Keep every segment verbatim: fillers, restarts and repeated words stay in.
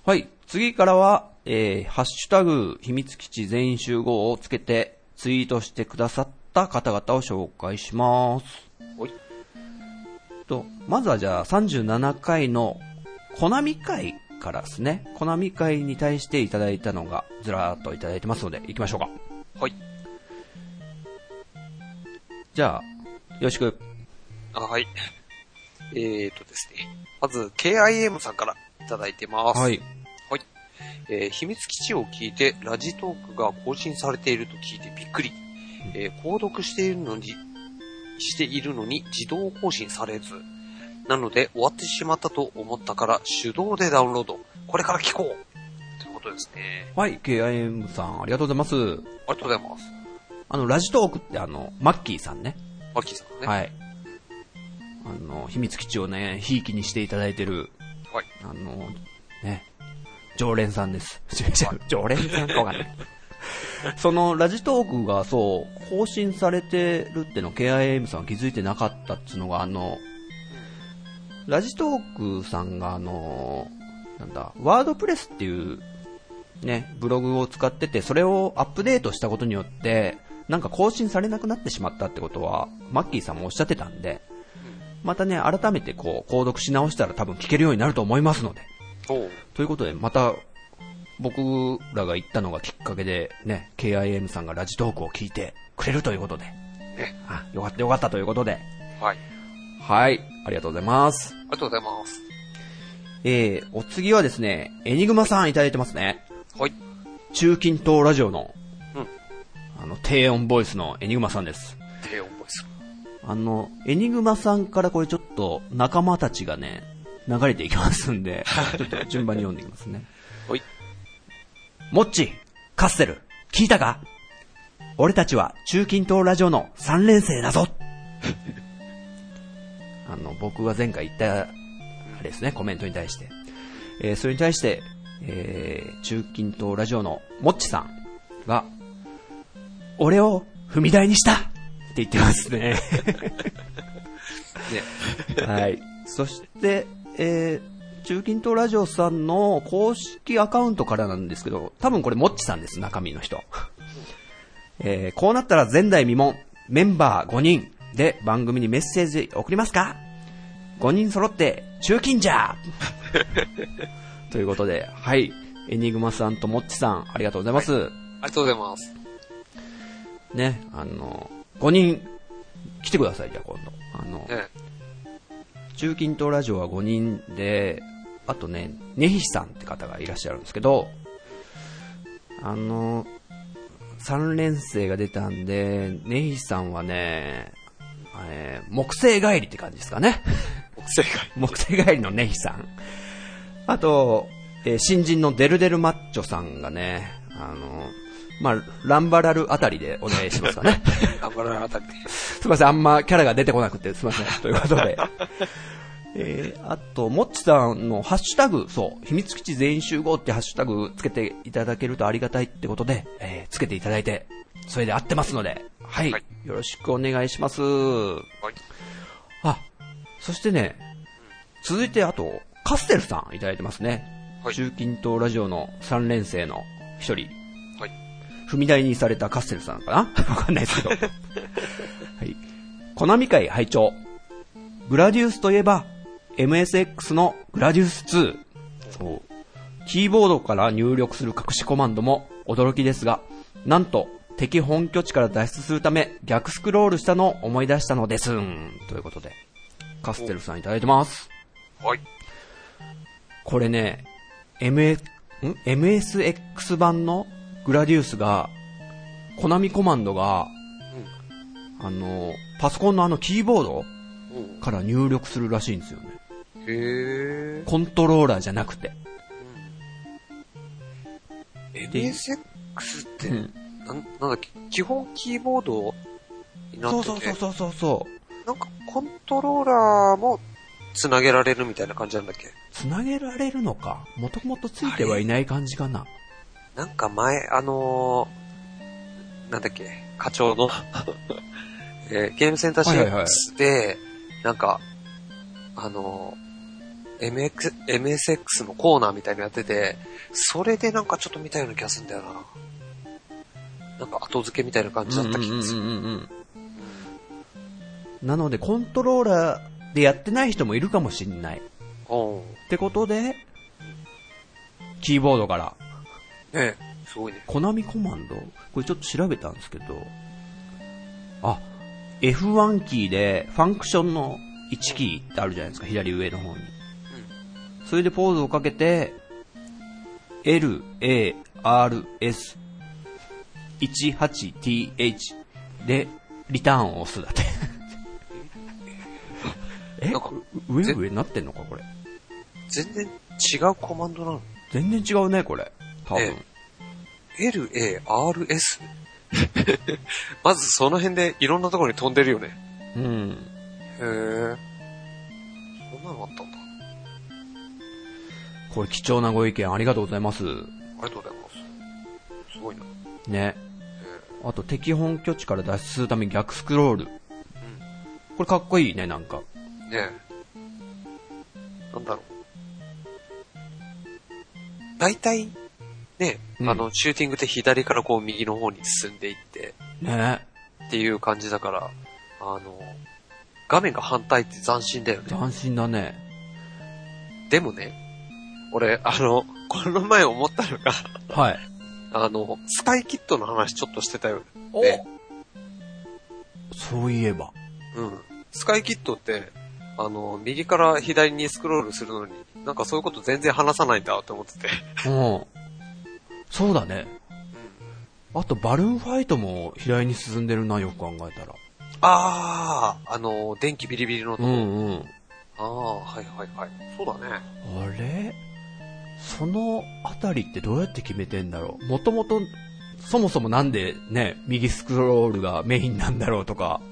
はい。次からは、えー、ハッシュタグ、秘密基地全員集合をつけてツイートしてくださった方々を紹介します。 はい。 と、まずはじゃあさんじゅうななかいのコナミ会からですね。コナミ会に対していただいたのがずらーっといただいてますので、行きましょうか。 はい。 じゃあ、よろしく。 あ、はい。えーとですね。まず、ケーアイエム さんからいただいてます。 はい。 はい。えー、秘密基地を聞いて、ラジトークが更新されていると聞いてびっくり。えー、購読しているのに、しているのに自動更新されず。なので、終わってしまったと思ったから、手動でダウンロード。これから聞こうということですね。 はい、ケーアイエム さん、ありがとうございます。 ありがとうございます。 あの、ラジトークってあの、マッキーさんね。 マッキーさんね。 はい。あの、秘密基地をね、ひいきにしていただいてる、 はい。 あの、ね、常連さんです。常連さんかわかんない。その、ラジトークがそう、更新されてるっての ケーアイエム さんは気づいてなかったっていうのが、あの、ラジトークさんがあの、なんだ、ワードプレスっていう、ね、ブログを使ってて、それをアップデートしたことによって、なんか更新されなくなってしまったってことは、マッキーさんもおっしゃってたんで、またね、改めてこう、購読し直したら多分聞けるようになると思いますので。ということで、また、僕らが言ったのがきっかけで、ね、ケーアイエム さんがラジトークを聞いてくれるということで。 ね。 あ、よかったよかったということで。 はい。 はい、ありがとうございます。 ありがとうございます。 えー、お次はですね、エニグマさんいただいてますね。 はい。 中近東ラジオの、 うん。 あの、低音ボイスのエニグマさんです。 低音ボイス。 あの、エニグマさんからこれちょっと仲間たちがね、流れていきますんで、ちょっと順番に読んでいきますね。 はい。 モッチ、カッセル、聞いたか？俺たちは中近東ラジオのさん連生だぞあの、僕が前回言った、あれですね、コメントに対して。えー、それに対して、えー、中近東ラジオのモッチさんが、俺を踏み台にしたって言ってますね。ね。はい。そして、えー、中近東ラジオさんの公式アカウントからなんですけど、多分これモッチさんです、中身の人。えー、こうなったら前代未聞、メンバーごにんで番組にメッセージ送りますか？ ご 人揃って中近じゃということで、はい、エニグマさんとモッチさん、ありがとうございます。はい、 ありがとうございます。 ね、あの、ごにん来てください、じゃあ今度。あの、 ね、 中近東ラジオはごにんで、あとね、ネヒさんって方がいらっしゃるんですけど、あの、さん連生が出たんで、ネヒさんはね、えー、木星帰りって感じですかね。 木星帰り。 木星帰りのネヒさん。あと、えー、新人のデルデルマッチョさんがね、あの、まあ、ランバラルあたりでお願いしますかね。 ランバラルあたりで。 すいません、あんまキャラが出てこなくてすいません。ということで。えー、あと、もっちさんのハッシュタグ、そう、秘密基地全員集合ってハッシュタグつけていただけるとありがたいってことで、えー、つけていただいて、それで合ってますので、はい、はい、よろしくお願いします。はい。あ、そしてね、続いてあと、カステルさんいただいてますね。はい、中近東ラジオのさん連生の一人。はい。踏み台にされたカステルさんかなわかんないですけど。はい。コナミ会拝聴。グラディウスといえば、エムエスエックス のグラディウスツー。そう。キーボードから入力する隠しコマンドも驚きですが、なんと敵本拠地から脱出するため逆スクロールしたのを思い出したのです。ということで、カステルさんいただいてます。 はい。 これね、エムエスエックス 版のグラディウスが、コナミコマンドが、うん、あの、パソコンのあのキーボードから入力するらしいんですよね。 へー。 コントローラーじゃなくて。 うん、エムエスエックス って、うん、な、なんだっけ、基本キーボードになってて、 そうそうそうそうそう。 なんかコントローラーもつなげられるみたいな感じなんだっけ？ つなげられるのか。もともとついてはいない感じかな。 なんか前、あのー、なんだっけ、課長の、えー、ゲームセンター シーエックス で、はいはいはい、なんか、あのー、 エムエックス、エムエスエックス のコーナーみたいなのやってて、それでなんかちょっと見たような気がするんだよな。なんか後付けみたいな感じだった気がする。うんうんうんうん、 なのでコントローラーでやってない人もいるかもしんない。ってことで、キーボードから。 ねえ、すごいね。 コナミコマンド？これちょっと調べたんですけど、あ、エフワン キーでファンクションのいちキーってあるじゃないですか、左上の方に。うん、それでポーズをかけて、エル、エー、アール、エス、じゅうはち、ティー、エイチ でリターンを押すだって。え、なんか上上になってんのかこれ。 全然違うコマンドなの？ 全然違うねこれ。多分。 エル、エー、アール、エス まずその辺でいろんなところに飛んでるよね。 うん。 へえ。そんなのあったんだ。 これ貴重なご意見ありがとうございます。ありがとうございます。すごいな。 ね。あと敵本拠地から脱出するために逆スクロール。うん。これかっこいいね、なんか。 ねえ。なんだろう。大体、ね、うん、あの、シューティングって左からこう右の方に進んでいって、 ね。 っていう感じだから、あの、画面が反対って斬新だよね。 斬新だね。 でもね、俺、あの、この前思ったのが、 はい。 あの、スカイキットの話ちょっとしてたよね。 お、そういえば。 うん。スカイキットって、あの、右から左にスクロールするのに、なんかそういうこと全然話さないんだって思ってて。 うん。そうだね。うん。あと、バルーンファイトも左に進んでるな、よく考えたら。 あー、あの、電気ビリビリのとこ。 うんうん。 あー、はいはいはい。そうだね。 あれ？そのあたりってどうやって決めてんだろう。もともと、そもそもなんでね、右スクロールがメインなんだろうとか。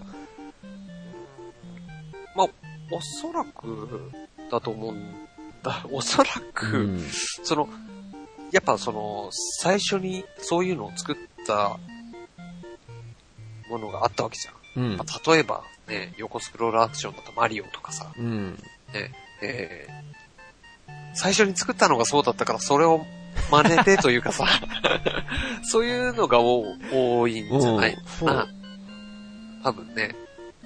まあ、おそらくだと思うんだ。おそらく、うん、その、やっぱその、最初にそういうのを作ったものがあったわけじゃん。うん、まあ、例えばね、横スクロールアクションだとマリオとかさ、うん、ね、えー、最初に作ったのがそうだったからそれを真似てというかさ、そういうのが多いんじゃない？そう。多分ね。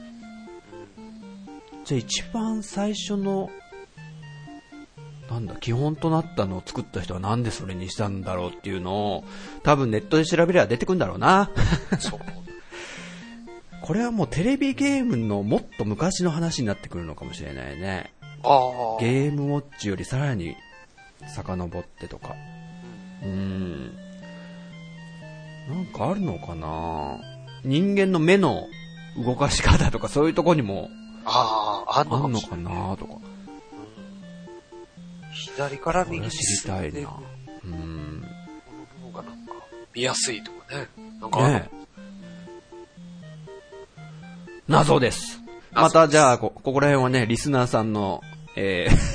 じゃあ一番最初のなんだ基本となったのを作った人はなんでそれにしたんだろうっていうのを多分ネットで調べれば出てくるんだろうな。そう。これはもうテレビゲームのもっと昔の話になってくるのかもしれないね。あゲームウォッチよりさらに遡ってとか。うーん。なんかあるのかな。人間の目の動かし方とかそういうとこにもああ、あんのあんのかなとか、うん。 左から右に知りたいな。うん。 この方がなんか見やすいとかね。なんかね。 謎です。またじゃあこ、ここら辺はね、リスナーさんの、えー、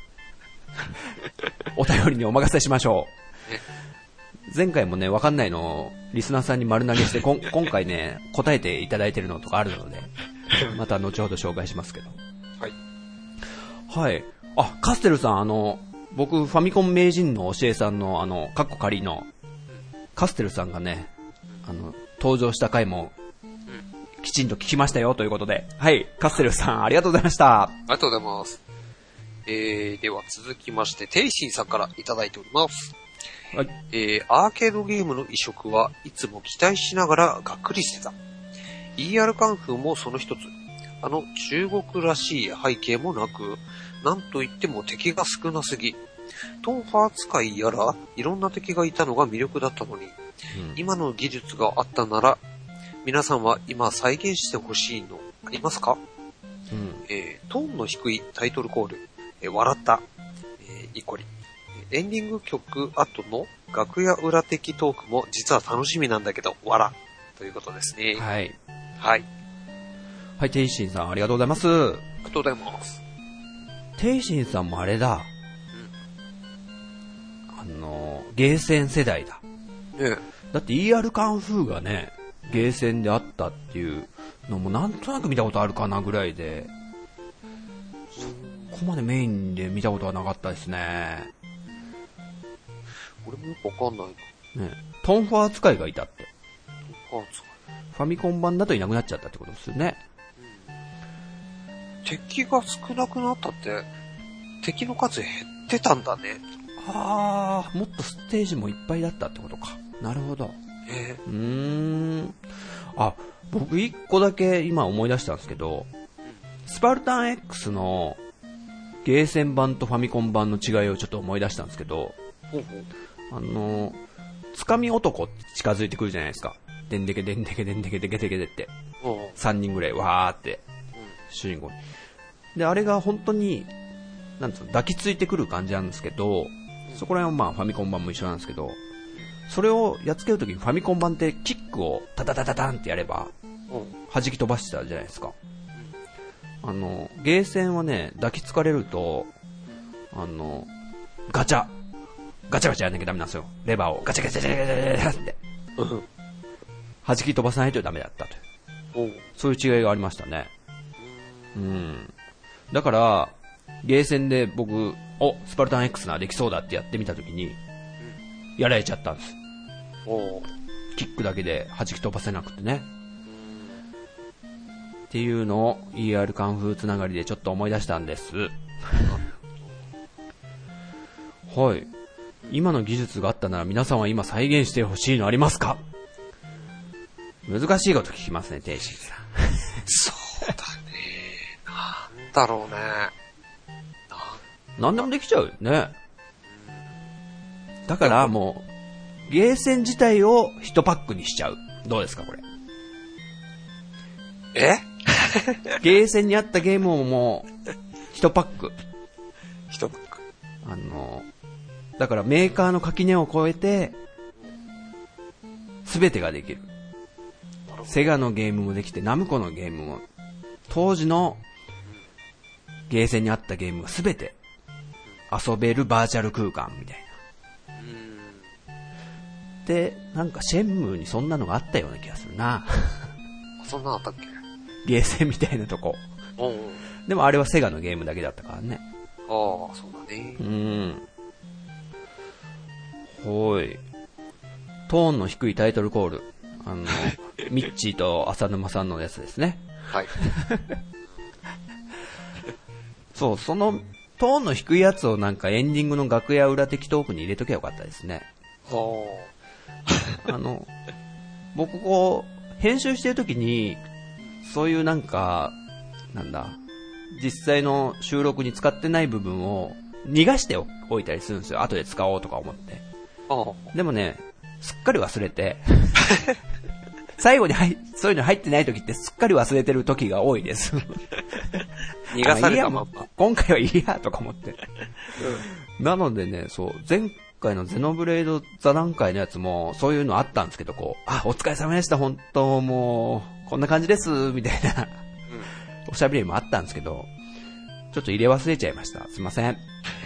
お便りにお任せしましょう。前回もね、わかんないのをリスナーさんに丸投げしてこん今回ね、答えていただいてるのとかあるので、また後ほど紹介しますけど。はい。はい。あ、カステルさん、あの、僕、ファミコン名人の教えさんの、あの、カッコ仮の、カステルさんがね、あの、登場した回も、きちんと聞きましたよということで、はい、カステルさんありがとうございました。 ありがとうございます。えー、では続きまして、テイシーさんからいただいております。はい。えー、アーケードゲームの移植はいつも期待しながらがっくりしてた。イーアール カンフーもその一つ。あの中国らしい背景もなく、なんといっても敵が少なすぎ。トンファー使いやらいろんな敵がいたのが魅力だったのに、うん、今の技術があったなら、皆さんは今再現してほしいのありますか？うん、えー、トーンの低いタイトルコール、えー、笑った、えー、イコリ。エンディング曲後の楽屋裏的トークも実は楽しみなんだけど、笑ということですね。 はい。 はい。 はい、テイシンさんありがとうございます。 ありがとうございます。 テイシンさんもあれだ。うん、あの、ゲーセン世代だ。 ね、 だって イーアール カンフーがね、ゲーセンであったっていうのもなんとなく見たことあるかなぐらいで、そこまでメインで見たことはなかったですね。 俺もよくわかんないな。ね、トンファー使いがいたって。 トンファー使い。 ファミコン版だといなくなっちゃったってことですよね。 うん、敵が少なくなったって、敵の数減ってたんだね。 あー、もっとステージもいっぱいだったってことか。なるほど。 えー、 うーん。あ、僕一個だけ今思い出したんですけど、スパルタン X のゲーセン版とファミコン版の違いをちょっと思い出したんですけど、 ほうほう、 あの、つかみ男って近づいてくるじゃないですか。でんでけでんでけでんでけでけでけでって。さんにんぐらいわーって、主人公に。で、あれが本当に、なんつうの、抱きついてくる感じなんですけど、そこら辺はまあファミコン版も一緒なんですけど、それをやっつけるときにファミコン版ってキックをタタタタタンってやれば、弾き飛ばしてたじゃないですか。あの、ゲーセンはね、抱きつかれると、あの、ガチャ、ガチャガチャやんなきゃダメなんですよ。レバーをガチャガチャガチャガチャガチャって。弾き飛ばさないとダメだったという。そういう違いがありましたね。うん。だから、ゲーセンで僕、お、スパルタン X なできそうだってやってみたときに、やられちゃったんです。キックだけで弾き飛ばせなくてね。っていうのを イーアール カンフーつながりでちょっと思い出したんです。はい。今の技術があったなら皆さんは今再現してほしいのありますか？難しいこと聞きますね、天心さん。 そうだね。なんだろうね。 なんでもできちゃうよね。だからもう、ゲーセン自体を一パックにしちゃう。どうですか、これ。 えゲーセンにあったゲームをもう、一パック。 一パック。 あの、だからメーカーの垣根を越えて、すべてができる。セガのゲームもできて、ナムコのゲームも、当時のゲーセンにあったゲームがすべて遊べるバーチャル空間みたいな。うん。で、なんかシェンムーにそんなのがあったような気がするな。 そんなのあったっけ？ ゲーセンみたいなとこ。 おうおう。 でもあれはセガのゲームだけだったからね。 ああ、そうだね。 うん。ほい。トーンの低いタイトルコール。あの、ミッチーと浅沼さんのやつですね。 はい。 そう、そのトーンの低いやつをなんかエンディングの楽屋裏的トークに入れときゃよかったですね。あの、僕こう、編集してるときに、そういうなんか、なんだ、実際の収録に使ってない部分を逃がしておいたりするんですよ。後で使おうとか思って。でもね、すっかり忘れて、最後に入そういうの入ってないときってすっかり忘れてるときが多いです。 逃がされたまま。 今回はいいやとか思って。うん、なのでね、そう、前回のゼノブレイド座談会のやつもそういうのあったんですけど、こう、あ、お疲れ様でした、本当もう、こんな感じです、みたいな、うん、おしゃべりもあったんですけど、ちょっと入れ忘れちゃいました。すいません。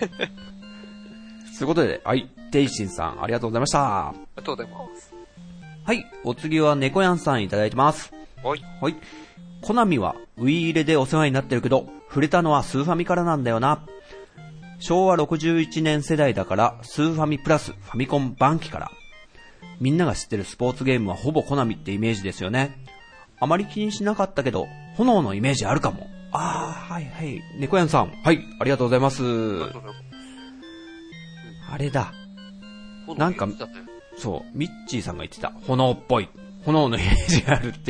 ということで、はい、テイシンさん、ありがとうございました。 ありがとうございます。 はい、お次は猫やんさんいただいてます。 はい。 はい。コナミはウィー入れでお世話になってるけど、触れたのはスーファミからなんだよな。しょうわろくじゅういちねん世代だからスーファミプラスファミコン晩期から。みんなが知ってるスポーツゲームはほぼコナミってイメージですよね。あまり気にしなかったけど、炎のイメージあるかも。あー、はいはい。猫やんさん、はい、ありがとうございます。あれだ。なんか、そう、ミッチーさんが言ってた。炎っぽい。炎のイメージがあるっていう。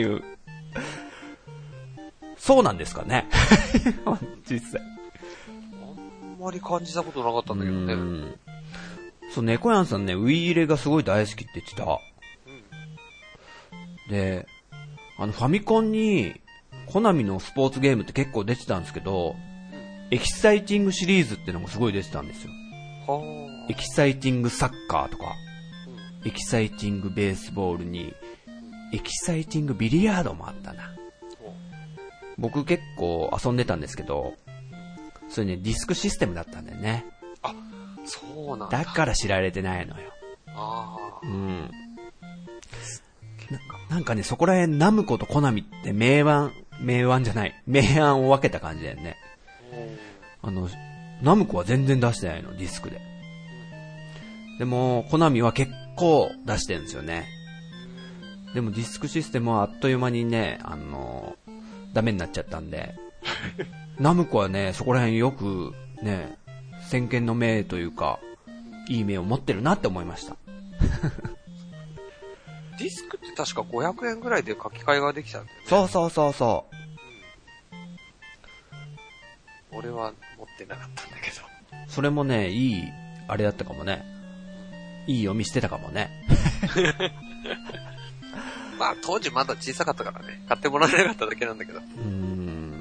そうなんですかね。実際。 あんまり感じたことなかったんだけどね。うん、 そう、猫やんさんね、ウィー入れがすごい大好きって言ってた。うん、で、あの、ファミコンに、コナミのスポーツゲームって結構出てたんですけど、うん、エキサイティングシリーズってのもすごい出てたんですよ。エキサイティングサッカーとか、うん、エキサイティングベースボールに、エキサイティングビリヤードもあったな。僕結構遊んでたんですけど、それね、ディスクシステムだったんだよね。 あ、そうなんだ。 だから知られてないのよ。 ああ。 うん。な, なんかね、そこら辺ナムコとコナミって明暗、明暗じゃない、明暗を分けた感じだよね。 あの、ナムコは全然出してないの、ディスクで。でも、コナミは結構出してるんですよね。でもディスクシステムはあっという間にね、あの、ダメになっちゃったんで、ナムコはね、そこら辺よくね、先見の明というか、いい目を持ってるなって思いました。 ディスクって確かごひゃくえんぐらいで書き換えができたんだよね。 そうそうそうそう。 俺は持ってなかったんだけど。 それもね、いい、あれだったかもね。いい読みしてたかもね。 まあ当時まだ小さかったからね、買ってもらえなかっただけなんだけど。うーん。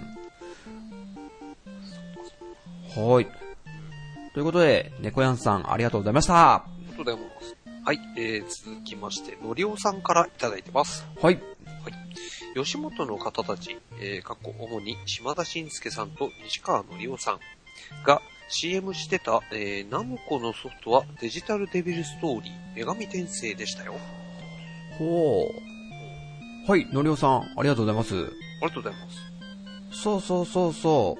はい。ということで、猫やんさんありがとうございました。 ありがとうございます。はい、えー、続きまして、のりおさんからいただいてます。 はい。 はい。吉本の方たち、えー、過去主に島田紳介さんと西川のりおさんが シーエム してた、えー、ナムコのソフトはデジタルデビルストーリー、女神転生でしたよ。 ほう。はい、のりおさん、ありがとうございます。ありがとうございます。 そうそうそうそう。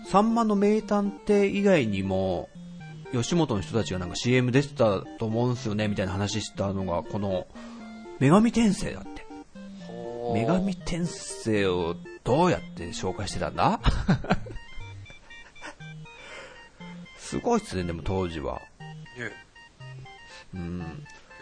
さんまの名探偵以外にも、吉本の人たちがなんか シーエム 出てたと思うんすよね、みたいな話したのが、この、女神転生だって。女神転生をどうやって紹介してたんだすごいっすね、でも当時は。 ねうん。 へ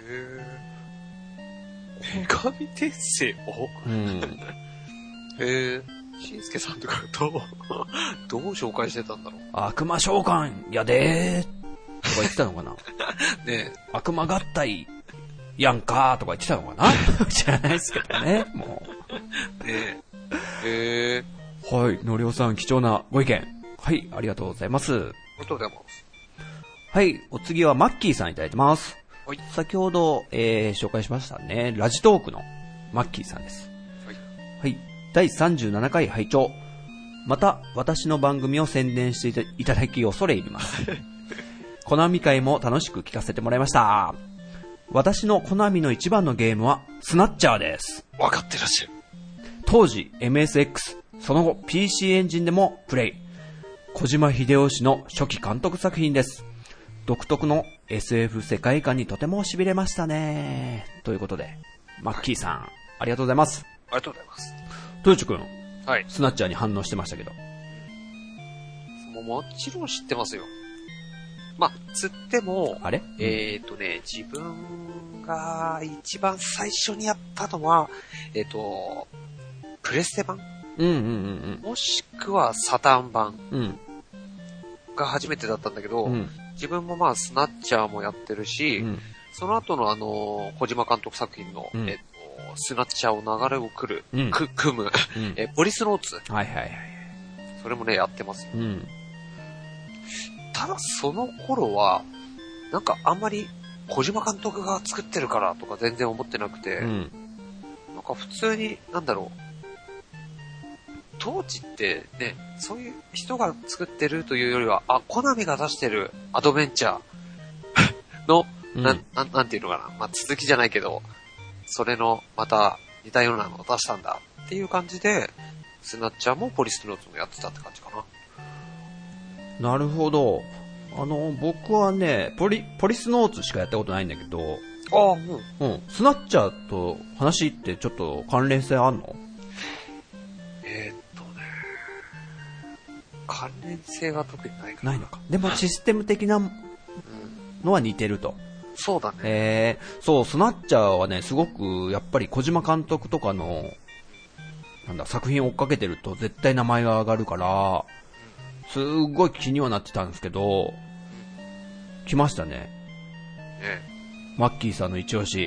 ぇ女神転生をうん。へぇしんすけさんとかどう、どう紹介してたんだろう。 悪魔召喚やでーとか言ってたのかなねえ。 悪魔合体やんかーとか言ってたのかな知らないですけどね、もう。ねえ。へぇはい、のりおさん貴重なご意見。はい、ありがとうございます。 ありがとうございます。はい、 お次はマッキーさんいただいてます。はい。先ほど、えー、紹介しましたね、ラジトークのマッキーさんです。はい。はい。だいさんじゅうななかい拝聴。また私の番組を宣伝していただき恐れ入ります。コナミ会も楽しく聞かせてもらいました。私のコナミの一番のゲームはスナッチャーです。 わかってらっしゃる。 当時 エムエスエックス、その後 ピーシー エンジンでもプレイ。小島秀夫氏の初期監督作品です。独特の エスエフ 世界観にとても痺れましたね。ということで、マッキーさん、はい、ありがとうございます。 ありがとうございます。 豊地君、 はい。 スナッチャーに反応してましたけど。 もうもちろん知ってますよ。まあ、つっても、 あれえっとね、自分が一番最初にやったのは、えっと、プレステ版、 うんうんうんうん、 もしくはサターン版うんが初めてだったんだけど、 うん、 自分もまあスナッチャーもやってるし、うん、その後のあの小島監督作品の、うん、えっとスナッチャーを流れをくる、うん、く組む、うん、えポリスノーツ、 はいはいはい、 それもねやってますよ。 うん、 ただその頃はなんかあんまり小島監督が作ってるからとか全然思ってなくて、うん、なんか普通になんだろう。当時ってね、そういう人が作ってるというよりは、あ、コナミが出してるアドベンチャーの、うん、なん、なん、なんていうのかな、まあ、続きじゃないけど、それのまた似たようなのを出したんだっていう感じで、スナッチャーもポリスノーツもやってたって感じかな。なるほど。あの、僕はね、ポリ、ポリスノーツしかやったことないんだけど、 ああ、うん。 うん。スナッチャーと話ってちょっと関連性あんの？ えー関連性が特にないかな。ないのか。でもシステム的なのは似てると。うん、 そうだね。 えー、そう、スナッチャーはね、すごくやっぱり小島監督とかの、なんだ、作品を追っかけてると絶対名前が上がるから、すっごい気にはなってたんですけど、来ましたね。 ねえ。 マッキーさんの一押し。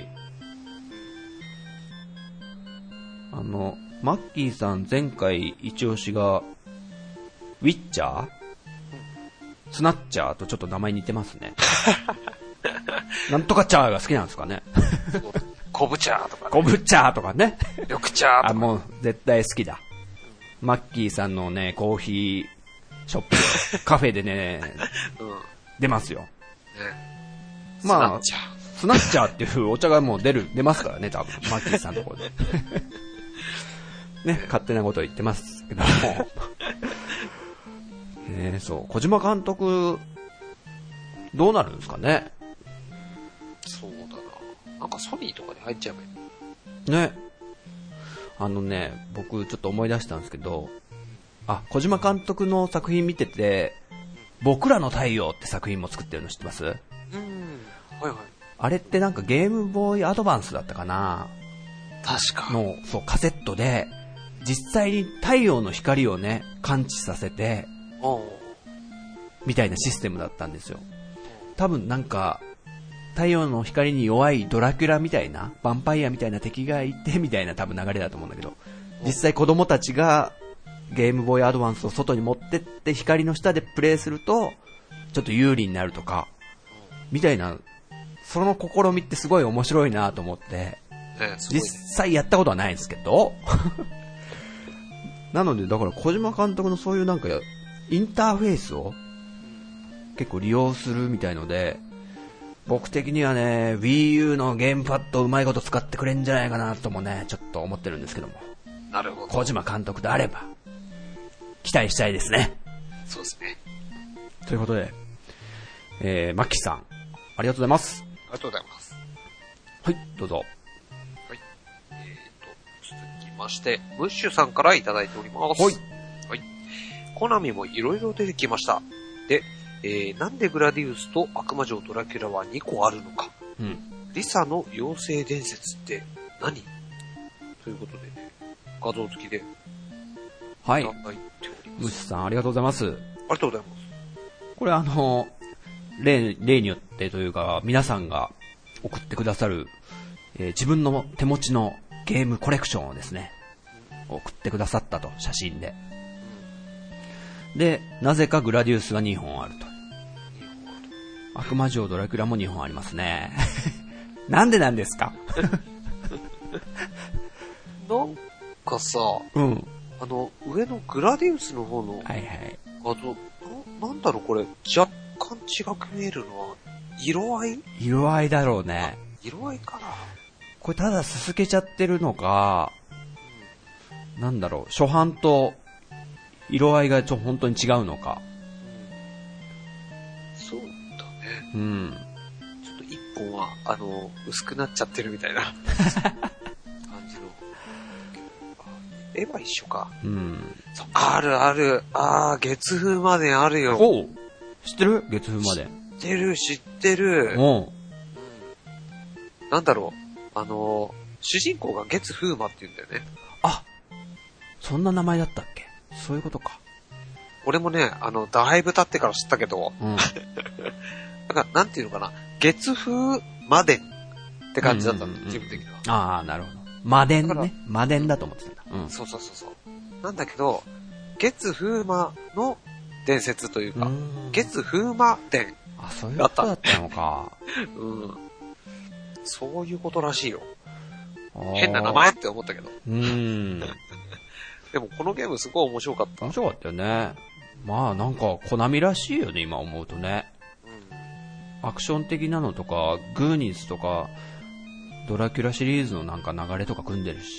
あの、マッキーさん前回一押しが、ウィッチャー、スナッチャーとちょっと名前似てますね。なんとかチャーが好きなんですかね。 コブチャーとか、ね。 コブチャーとかね。 緑チャーとか。 あ、もう絶対好きだ。マッキーさんのね、コーヒーショップで、カフェでね、うん、出ますよ。ね、まあ、スナッチャーっていうお茶がもう出る、出ますからね、多分。マッキーさんのところで。ね、勝手なこと言ってますけども。 ね、そう、小島監督、どうなるんですかね。 そうだな。なんかソニーとかに入っちゃえばいい。 ね。あのね、僕ちょっと思い出したんですけど、あ、小島監督の作品見てて、僕らの太陽って作品も作ってるの知ってます？うん。はいはい。 あれってなんかゲームボーイアドバンスだったかな？ 確か。 の、そう、カセットで、実際に太陽の光をね、感知させて、みたいなシステムだったんですよ。多分なんか、太陽の光に弱いドラキュラみたいな、ヴァンパイアみたいな敵がいて、みたいな多分流れだと思うんだけど、実際子供たちがゲームボーイアドバンスを外に持ってって光の下でプレイすると、ちょっと有利になるとか、みたいな、その試みってすごい面白いなと思って、実際やったことはないんですけど、なのでだから小島監督のそういうなんかインターフェースを結構利用するみたいので、僕的にはね Wii U のゲームパッドをうまいこと使ってくれんじゃないかなともねちょっと思ってるんですけども。 なるほど。 小島監督であれば期待したいですね。 そうですね。 ということで、えー、マッキーさんありがとうございます。 ありがとうございます。 はい、どうぞ。 続きまして、ムッシュさんからいただいております。 はい。 はい。コナミもいろいろ出てきました。で、えー、なんでグラディウスと悪魔城ドラキュラはにこあるのか。うん。リサの妖精伝説って何？ということで、画像付きで。 はい。ムッシュさんありがとうございます。ありがとうございます。 これあの、例、例によってというか、皆さんが送ってくださる、えー、自分の手持ちのゲームコレクションをですね、送ってくださったと、写真で。で、なぜかグラディウスがにほんあると。悪魔城ドラキュラもにほんありますね。なんでなんですか？ なんかさ、うん。あの、上のグラディウスの方の画像、はいはい、な、なんだろうこれ、若干違く見えるのは、色合い？ 色合いだろうね。 色合いかな。 これただすすけちゃってるのか、うん、なんだろう、初版と色合いがちょ本当に違うのか、 うん、そうだね。うん。ちょっと一本はあの薄くなっちゃってるみたいな感じの。絵は一緒か。うん。あるある。ああ月風まであるよ。 おう。知ってる？月風まで。 知ってる知ってる。おう。うん。なんだろう。あの、主人公が月風魔って言うんだよね。 あ、そんな名前だったっけ？そういうことか。 俺もね、あの、だいぶ経ってから知ったけど、うん、なんか、なんていうのかな、月風魔伝って感じだったの、うんうんうん、自分的には。 ああ、なるほど。魔伝ね。魔伝だと思ってたんだ。 うん。そうそうそうそう。なんだけど、月風魔の伝説というか、う月風魔伝。 あ、そういうことだったのか。 うん。そういうことらしいよ。変な名前って思ったけど。うーん。でもこのゲームすごい面白かった。 面白かったよね。まあなんかコナミらしいよね、今思うとね。うん、アクション的なのとか、グーニーズとか、ドラキュラシリーズのなんか流れとか組んでるし。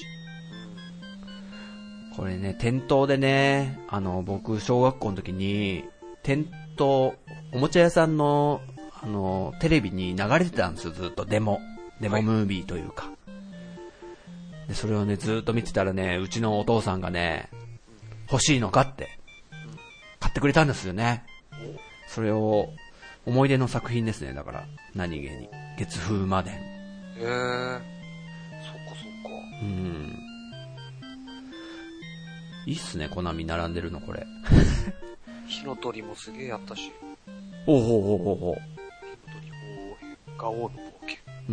これね、店頭でね、あの、僕小学校の時に、店頭、おもちゃ屋さんの、あの、テレビに流れてたんですよ、ずっとデモ。デモムービーというか、はい、でそれをねずっと見てたらね、うちのお父さんがね、欲しいのかって買ってくれたんですよね。それを思い出の作品ですね。だから何気に月風魔伝。へえ、そっかそっか。 うん。いいっすね、コナミ並んでるのこれ。 火の鳥もすげえやったし。 おうほうほうほうほう。 火の鳥ガオーの冒険。うん。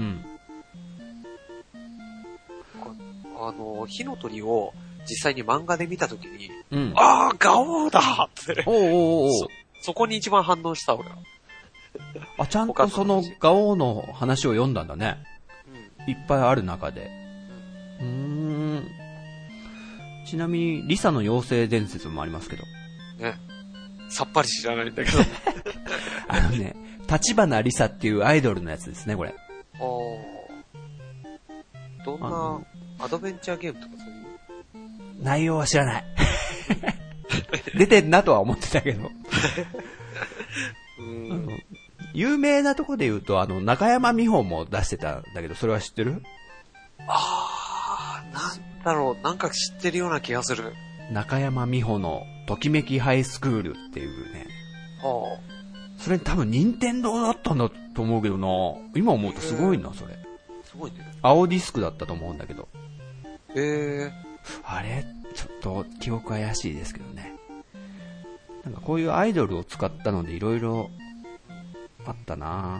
あの、火の鳥を実際に漫画で見たときに、うん、あー、ガオーだって。おうおうおう そ, そこに一番反応した俺は。 あ、ちゃんとそのガオーの話を読んだんだね。うん、いっぱいある中で。うん。うーん。ちなみに、リサの妖精伝説もありますけど。 ね。さっぱり知らないんだけど。 あのね、立花リサっていうアイドルのやつですね、これ。 おー。どんなアドベンチャーゲームとかそういう内容は知らない。出てんなとは思ってたけど。 うんあの有名なとこで言うと、あの、中山美穂も出してたんだけど、それは知ってる？ あー、なんだろう、なんか知ってるような気がする。 中山美穂のときめきハイスクールっていうね。 はそれ多分任天堂だったんだと思うけどな。今思うとすごいな、それ。 あ、すごいね。 青ディスクだったと思うんだけど。 へえ。 あれちょっと記憶怪しいですけどね。なんかこういうアイドルを使ったのでいろいろあったな。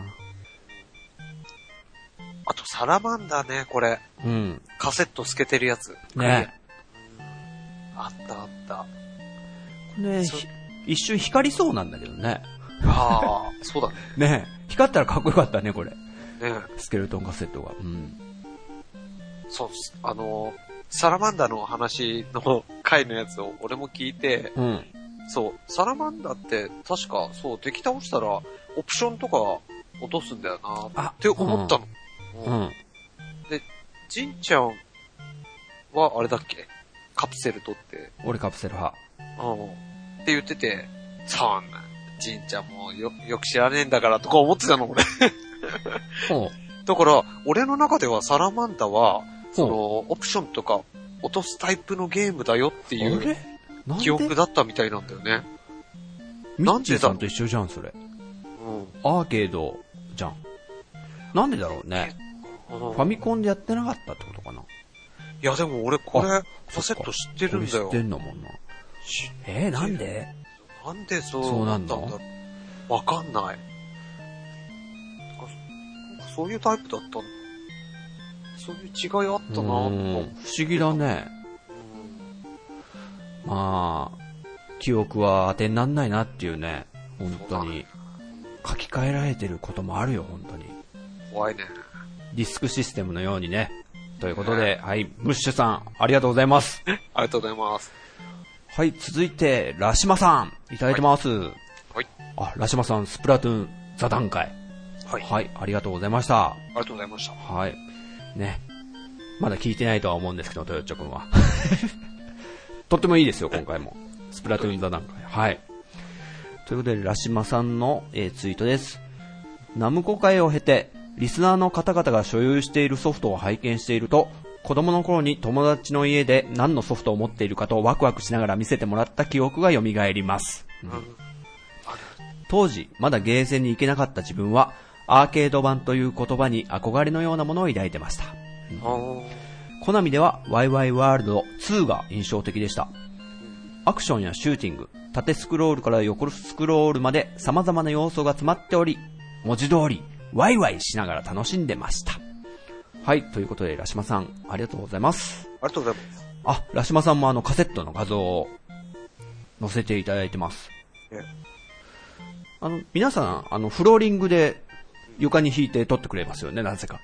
あと、サラマンダーね、これ。 うん。 カセット透けてるやつ。 ね。 あったあった。 ね、一瞬光りそうなんだけどね。 ああ、そうだね。 ね光ったらかっこよかったね、これ。 ね、 スケルトンカセットが。うん。 そうです。あの、サラマンダーの話の回のやつを俺も聞いて、 うん。 そう、サラマンダーって確か、そう、敵倒したら、オプションとか落とすんだよなって思ったの。 うん。うん、 で、ジンちゃんはあれだっけ？カプセル取って。 俺カプセル派。 うん。って言ってて、そんな、ジンちゃんもよ、よく知らねえんだからとか思ってたの、俺。 ほう。だから、俺の中ではサラマンダは、その、オプションとか落とすタイプのゲームだよっていう記憶だったみたいなんだよね。 ミッチーさんと一緒じゃん、それ。 うん。 アーケードじゃん。なんでだろうね。ファミコンでやってなかったってことかな。 いや、でも俺これ、カセット知ってるんだよ。 知ってんのもんな。えー、なんでなんでそうなったんだろう。わかんない。そういうタイプだったんだ。そういう違いあったなぁと。不思議だね。まあ、記憶は当てになんないなっていうね。本当に。書き換えられてることもあるよ、本当に。 怖いね。 ディスクシステムのようにね。ということで、はい、ムッシュさん、ありがとうございます。 ありがとうございます。 はい、続いて、ラシマさん、いただいてます。はい。 はい、 あ、ラシマさん、スプラトゥーン座談会。 はい。 はい、ありがとうございました。 ありがとうございました。 はい。ね。まだ聞いてないとは思うんですけど、トヨッチョ君は。とってもいいですよ、今回も。スプラトゥーン座談会。はい。ということで、ラシマさんの、えー、ツイートです。ナムコ会を経て、リスナーの方々が所有しているソフトを拝見していると、子供の頃に友達の家で何のソフトを持っているかとワクワクしながら見せてもらった記憶が蘇ります。うん、当時、まだゲーセンに行けなかった自分は、アーケード版という言葉に憧れのようなものを抱いてました。うん、コナミでは ワイワイ ワールドツーが印象的でした。アクションやシューティング、縦スクロールから横スクロールまで様々な要素が詰まっており、文字通りワイワイしながら楽しんでました。はい、ということでラシマさんありがとうございます。 ありがとうございます。 あ、ラシマさんもあのカセットの画像を載せていただいてます。 えあの皆さんあのフローリングで床に引いて撮ってくれますよね、なぜか。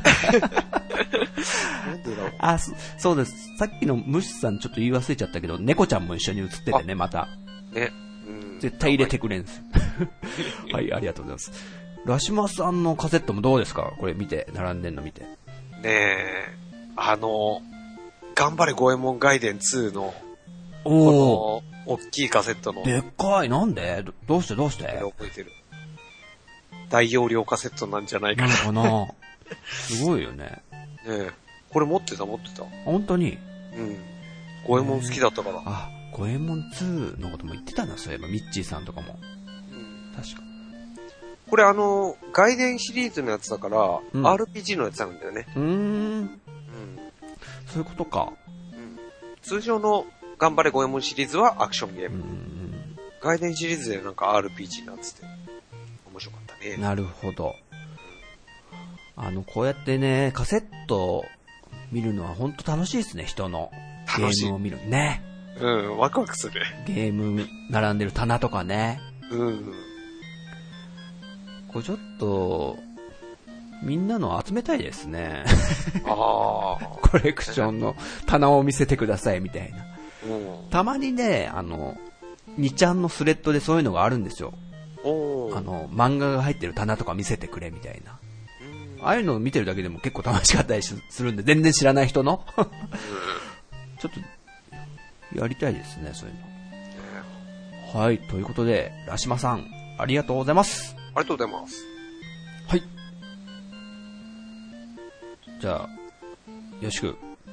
なんでだろう。 あ、そ、そうです。さっきのムシさんちょっと言い忘れちゃったけど、猫ちゃんも一緒に写っててね、また。 ね。うん、 絶対入れてくれんす。はい、ありがとうございます。ラシマさんのカセットもどうですか？これ見て、並んでんの見て。 ねえ、あの、頑張れゴエモンガイデンツーの、この、大きいカセットの。 でっかい、なんで？ ど, どうしてどうして覚えてる。大容量カセットなんじゃないかな。 なのかなすごいよね。 ねえ、これ持ってた持ってた。 本当に？ うん。ゴエモン好きだったから。 あ、ゴエモンツーのことも言ってたな、そういえば、ミッチーさんとかも。 うん。 確か。 これあの、ガイデンシリーズのやつだから、うん、アールピージー のやつなんだよね。 うーん。うん。そういうことか。 うん。通常の頑張れゴエモンシリーズはアクションゲーム。うん。ガイデンシリーズでなんか アールピージー なんつって。面白かったね。 なるほど。あの、こうやってね、カセット見るのは本当楽しいですね、人の。ゲームを見る。ね。 うん、ワクワクする。 ゲーム並んでる棚とかね。 うん。 これちょっと、みんなの集めたいですね。 ああ。 コレクションの棚を見せてくださいみたいな。 うん、 たまにね、あの、にちゃんのスレッドでそういうのがあるんですよ。 おあの、漫画が入ってる棚とか見せてくれみたいな。ああいうのを見てるだけでも結構楽しかったりするんで、全然知らない人のちょっとやりたいですね、そういうの。 はい、ということで、ラシマさん、ありがとうございます。 ありがとうございます。 はい。じゃあ、よろしく。はい。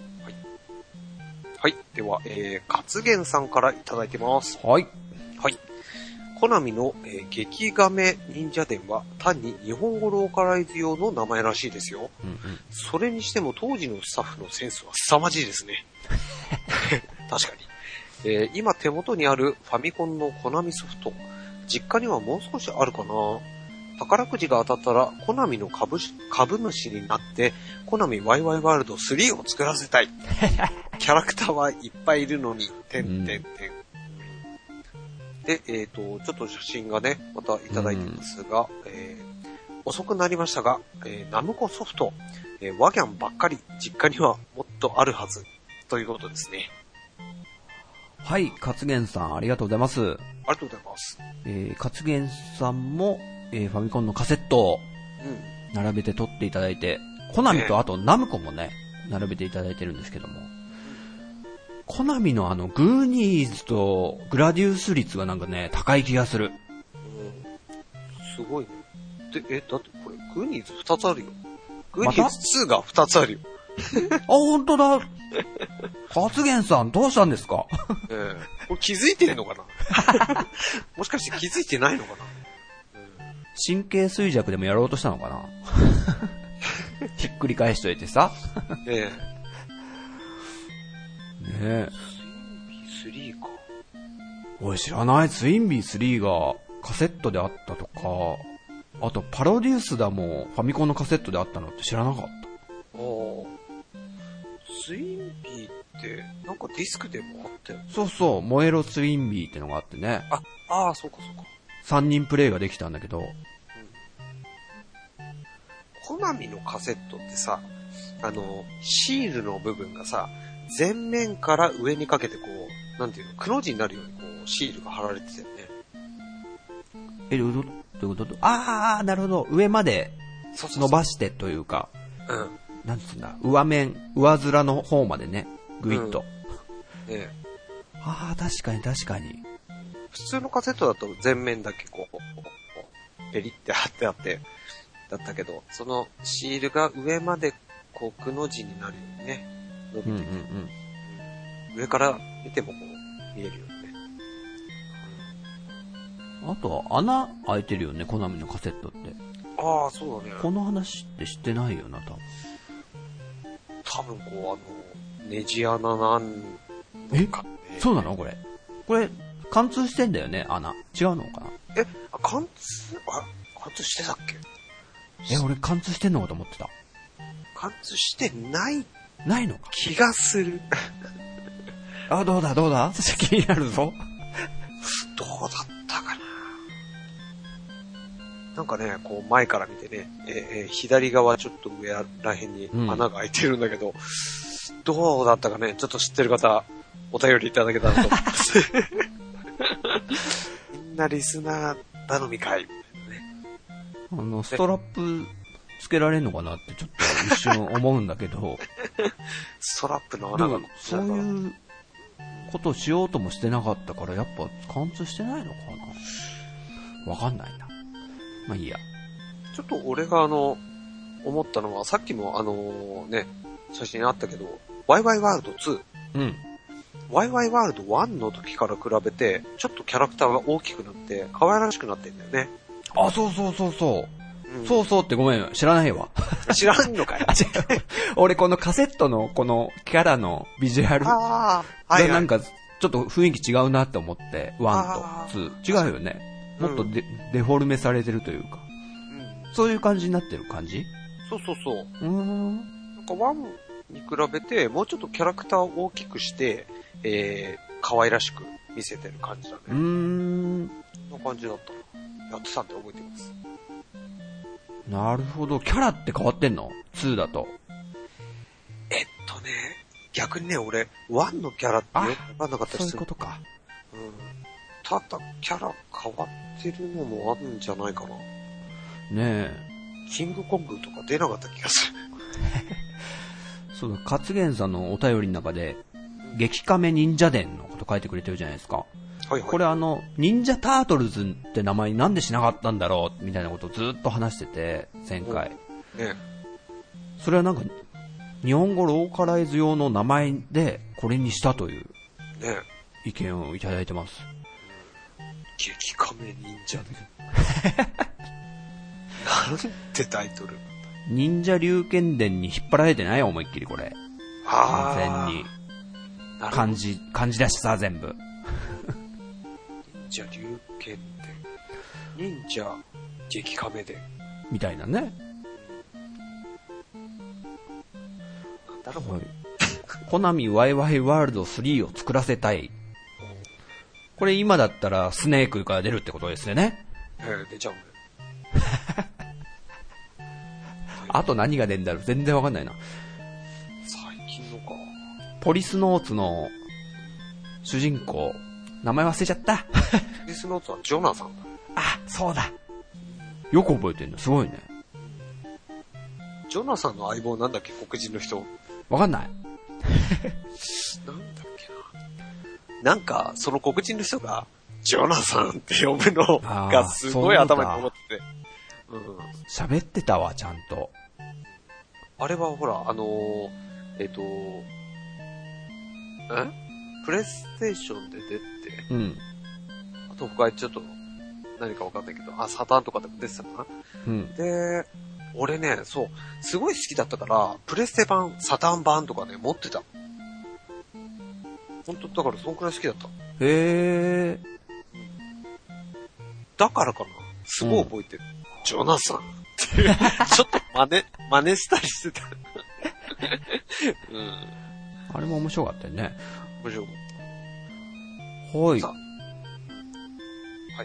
はい。では、えー、勝元さんからいただいてます。 はい。 はい。コナミの、えー、激ガメ忍者伝は単に日本語ローカライズ用の名前らしいですよ。うんうん、それにしても当時のスタッフのセンスは凄まじいですね。確かに、えー。今手元にあるファミコンのコナミソフト、実家にはもう少しあるかな。宝くじが当たったらコナミの 株, 株主になってコナミワイワイワールドスリーを作らせたい。キャラクターはいっぱいいるのに、てんてんてん。で、えっ、ー、と、ちょっと写真がね、またいただいてますが、うん、えー、遅くなりましたが、えー、ナムコソフト、えー、ワギャンばっかり実家にはもっとあるはず、ということですね。 はい、勝元さんありがとうございます。ありがとうございます。 えー、勝元さんも、えー、ファミコンのカセットを並べて撮っていただいて、うん、コナミとあとナムコもね、並べていただいてるんですけども、コナミのあのグーニーズとグラディウス率がなんかね高い気がする。うん、 すごいね。で、え、だってこれグーニーズふたつあるよ。グーニーズツーがふたつあるよ。 あ、ほんとだ。勝元さんどうしたんですか？ えー、これ気づいてるのかな？もしかして気づいてないのかな？ 神経衰弱でもやろうとしたのかな？ひっくり返しといてさ。 ええねえ。 ツインビースリーか。 おい、知らない。ツインビースリーがカセットであったとか、あとパロデュースだもファミコンのカセットであったのって知らなかった。ああ。 ツインビーってなんかディスクでもあったよね。 そうそう、燃えろツインビーってのがあってね。 あ、ああ、そうかそうか。 さんにんプレイができたんだけど、うん、 コナミのカセットってさ、あのシールの部分がさ、前面から上にかけてこう、なんていうの、くの字になるようにこう、シールが貼られてたよね。 え、どういうこと？あー、なるほど。上まで伸ばしてというか、 そうそうそう、 うん。なんつうんだ、上面、上面の方までね、ぐいっと。 うん、ねえ。 あー、確かに確かに。 普通のカセットだと前面だけこう、こうペリって貼ってあって、だったけど、そのシールが上までこう、くの字になるようにね。伸びてて、うんうんうん、上から見てもこう見えるよね。 あとは穴開いてるよね、コナミのカセットって。 ああ、そうだね。 この話って知ってないよな、多分。 多分こうあのネジ穴なんか、ね。 え、そうなのこれ？これ貫通してんだよね、穴。違うのかな？ え、貫通、あ、貫通してたっけ？ え、俺貫通してんのかと思ってた。 貫通してないないのか気がする。 あ、どうだどうだ気になるぞ。 どうだったかな。なんかね、こう前から見てね、えー、左側ちょっと上らへんに穴が開いてるんだけど、うん、どうだったかね、ちょっと知ってる方、お便りいただけたらと思います。みんなリスナー頼みかいみたいなね。 あの、ストラップつけられんのかなってちょっと一瞬思うんだけど。 ストラップの穴がそういうことをしようともしてなかったから、やっぱ貫通してないのかな。わかんないな。まあいいや。 ちょっと俺があの、思ったのは、さっきもあのね、写真あったけど、ワイワイワールドツー。 うん。 ワイワイワールドワンの時から比べて、ちょっとキャラクターが大きくなって、可愛らしくなってんだよね。 あ、そうそうそうそう。うん、そうそうってごめん、知らないわ。 知らんのかよ。 俺このカセットのこのキャラのビジュアルがなんかちょっと雰囲気違うなって思って、ワンとツー。違うよね。もっと デ,、うん、デフォルメされてるというか、うん、そういう感じになってる感じ？ そうそうそう。 うーん。 なんかワンに比べてもうちょっとキャラクターを大きくして、えー、可愛らしく見せてる感じだね。 うーん。 そんな感じだったな。やってたんで覚えてます。 なるほど。キャラって変わってんの？ツーだと。 えっとね、逆にね、俺、ワンのキャラってよくわかんなかったりする。 そういうことか。 うん。ただ、キャラ変わってるのもあるんじゃないかな。ねえ。 キングコングとか出なかった気がする。 そうだ、勝元さんのお便りの中で、激カメ忍者伝のこと書いてくれてるじゃないですか。 はいはい。 これあの、忍者タートルズって名前になんでしなかったんだろうみたいなことをずっと話してて、前回。 ね。 それはなんか、日本語ローカライズ用の名前でこれにしたというね。 意見をいただいてます。 激カメ忍者で。なんてタイトル。 忍者龍剣伝に引っ張られてない思いっきりこれ。 あ完全に。漢字、漢字だしさ、全部。 忍者龍剣伝。忍者激カメ伝。 みたいなね。 なんだろう、はい、 コナミワイワイワールドスリーを作らせたい。これ今だったらスネークから出るってことですよね。 えー、出ちゃうね。 あと何が出るんだろう全然わかんないな。 最近のか。 ポリスノーツの主人公、名前忘れちゃった。 ポリスノーツはジョナサンだ。 あ、そうだ。よく覚えてんの、すごいね。 ジョナサンの相棒なんだっけ、黒人の人。 わかんない。 なんだっけな。なんか、その黒人の人が、ジョナサンって呼ぶのがすごい頭に思ってて。うん。 喋ってたわ、ちゃんと。 あれはほら、あのー、えっと、えプレイステーションで出て、 うん。 あと他ちょっと、何かわかんないけど、あ、サターンとかでも出てたかな。 うん。 で、俺ね、そう、すごい好きだったから、プレステ版、サターン版とかね、持ってた。本当だからそんくらい好きだった。 へー。 だからかな。すごい覚えてる。うん、ジョナサンっていう、ちょっと真似、真似したりしてた。うん。 あれも面白かったよね。 面白かった。 はい。 はい。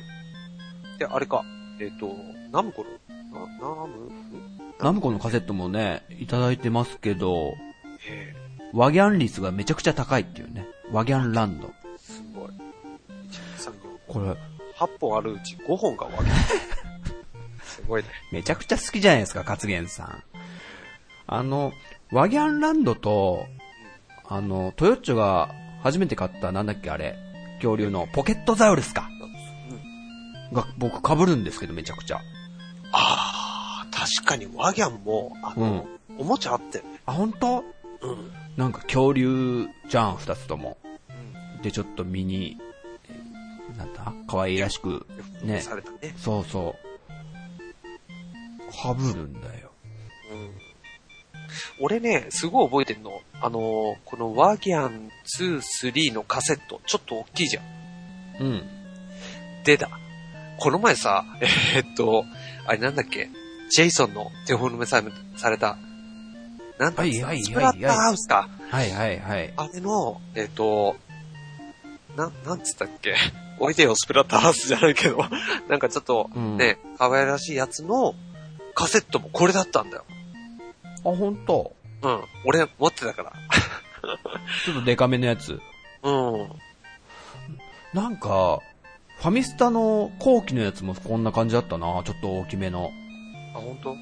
で、あれか。えっ、ー、と、ナムコの、ナムナムコのカセットもね、いただいてますけど、ワギャン率がめちゃくちゃ高いっていうね。ワギャンランド。 すごい。いち、に、さん、よん。 これ、 はっぽんあるうちごほんがワギャン。すごいね。 めちゃくちゃ好きじゃないですか、勝元さん。あの、ワギャンランドと、あの、トヨッチョが初めて買ったなんだっけあれ、恐竜のポケットザウルスか。うん、が僕被るんですけどめちゃくちゃ。 ああ、確かにワギャンも、あの、うん、おもちゃあってね。 あ、本当？うん。なんか恐竜じゃん、二つとも。うん、で、ちょっとミニ、なんだ可愛いらしく、ね。 されたね。 そうそう。被るんだよ。 うん。俺ね、すごい覚えてるの。あのー、このワギャンに、さんのカセット、ちょっと大きいじゃん。 うん。 でだ。この前さ、えー、っと、あれなんだっけ、ジェイソンの手本めされた、なんだっけ、スプラッターハウスか。 はいはいはい。 あれの、えー、っと、な、なんつったっけ、おいでよスプラッターハウスじゃないけど、なんかちょっとね、うん、可愛らしいやつのカセットもこれだったんだよ。 あ、ほんと？ うん。俺持ってたから。 ちょっとデカめのやつ。 うん。 なんか、ファミスタの後期のやつもこんな感じだったな。ちょっと大きめの。 あ、ほんと？ うん。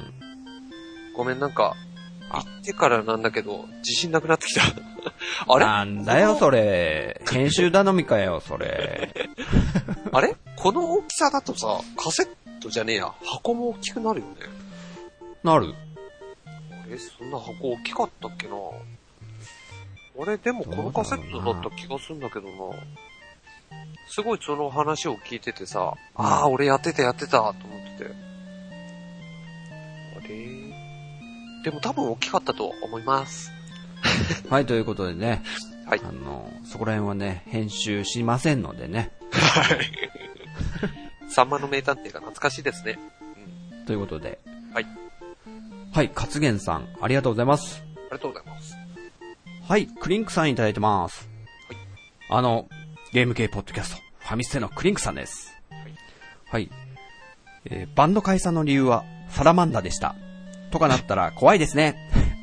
ごめん、なんか、行ってからなんだけど、自信なくなってきた。あれ？ なんだよ、それ。編集頼みかよ、それ。 あれ？この大きさだとさ、カセットじゃねえや。箱も大きくなるよね。 なる。 え、そんな箱大きかったっけな。俺でもこのカセットだった気がするんだけどな。すごいその話を聞いててさ、うん、ああ、俺やってたやってたと思ってて。あれでも多分大きかったと思います。 はい、ということでね。 はい。 あの、そこら辺はね、編集しませんのでね。 はい。さんまの名探偵が懐かしいですね。 うん、ということで。 はい。 はい、勝元さん、ありがとうございます。 ありがとうございます。 はい、クリンクさんいただいてます。 はい。 あの、ゲーム系ポッドキャスト、ファミステのクリンクさんです。 はい。 はい。えー、バンド解散の理由は、サラマンダでした。とかなったら怖いですね。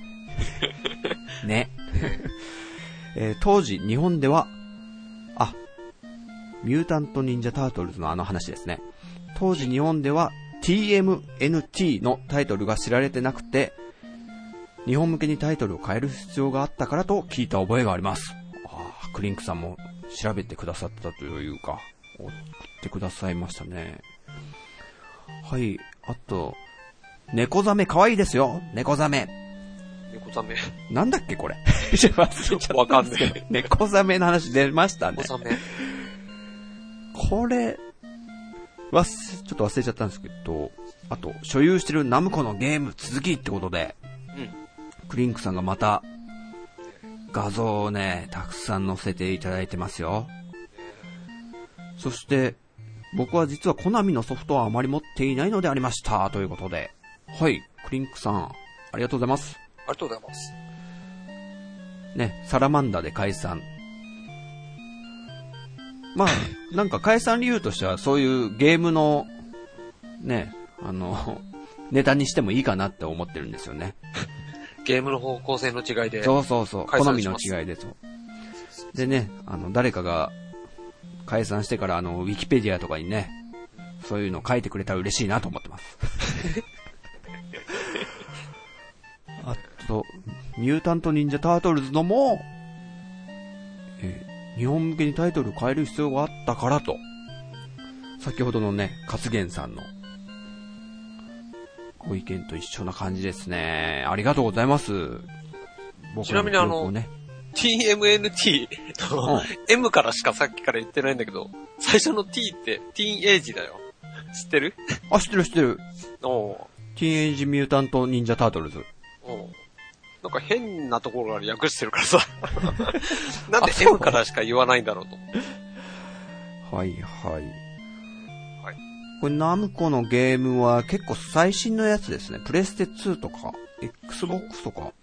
ね。えー、当時、日本では、あ、ミュータント・ニンジャ・タートルズのあの話ですね。当時日本では ティーエムエヌティー のタイトルが知られてなくて、日本向けにタイトルを変える必要があったからと聞いた覚えがあります。ああ、 クリンクさんも調べてくださったというか、送ってくださいましたね。はい、あと、猫ザメ可愛いですよ、猫ザメ。 猫ザメ。 なんだっけこれ。忘れちゃったんですけど。猫ザメの話出ましたね。 猫ザメ。 これ、わちょっと忘れちゃったんですけど、あと、所有してるナムコのゲーム続きってことで、うん、クリンクさんがまた、画像をね、たくさん載せていただいてますよ。そして、僕は実はコナミのソフトはあまり持っていないのでありました、ということで。はい、クリンクさん、ありがとうございます。 ありがとうございます。 ね、サラマンダで解散。まあ、なんか解散理由としては、そういうゲームの、ね、あの、ネタにしてもいいかなって思ってるんですよね。 ゲームの方向性の違いで。 そうそうそう。好みの違いでそう。でね、あの、誰かが解散してから、あの、ウィキペディアとかにね、そういうの書いてくれたら嬉しいなと思ってます。あと、ミュータントニンジャタートルズのも、えー日本向けにタイトルを変える必要があったからと、先ほどのね、勝元さんのご意見と一緒な感じですね。ありがとうございます。 僕ちなみにあの、ね、ティーエムエヌティー の、うん、M からしかさっきから言ってないんだけど、最初の T ってティーンエイジだよ。知ってる？ あ、知ってる知ってる。おティーンエイジミュータントニンジャタートルズ。 おなんか変なところから訳してるからさ。なんで M からしか言わないんだろうと。 はいはい。はい。これナムコのゲームは結構最新のやつですね。プレステツーとか、Xbox とか。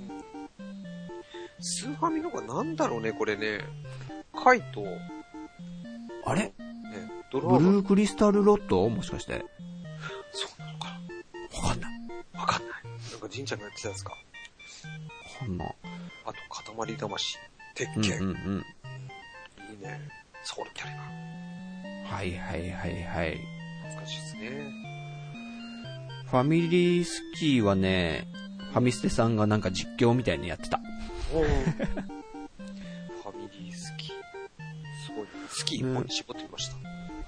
スーファミのがなんだろうね、これね。カイト。 あれ、 ね、 ドラブルークリスタルロッドもしかして。 そうなのかな。 わかんない。 わかんない。なんか神ちゃんがやってたやつか。 あと、塊魂、鉄拳。うんうんうん。いいね。ソウルキャリバー。はいはいはいはい。 懐かしいですね。 ファミリースキーはね、ファミステさんがなんか実況みたいにやってた。 おファミリースキー。すごい。スキー一本に絞ってみました。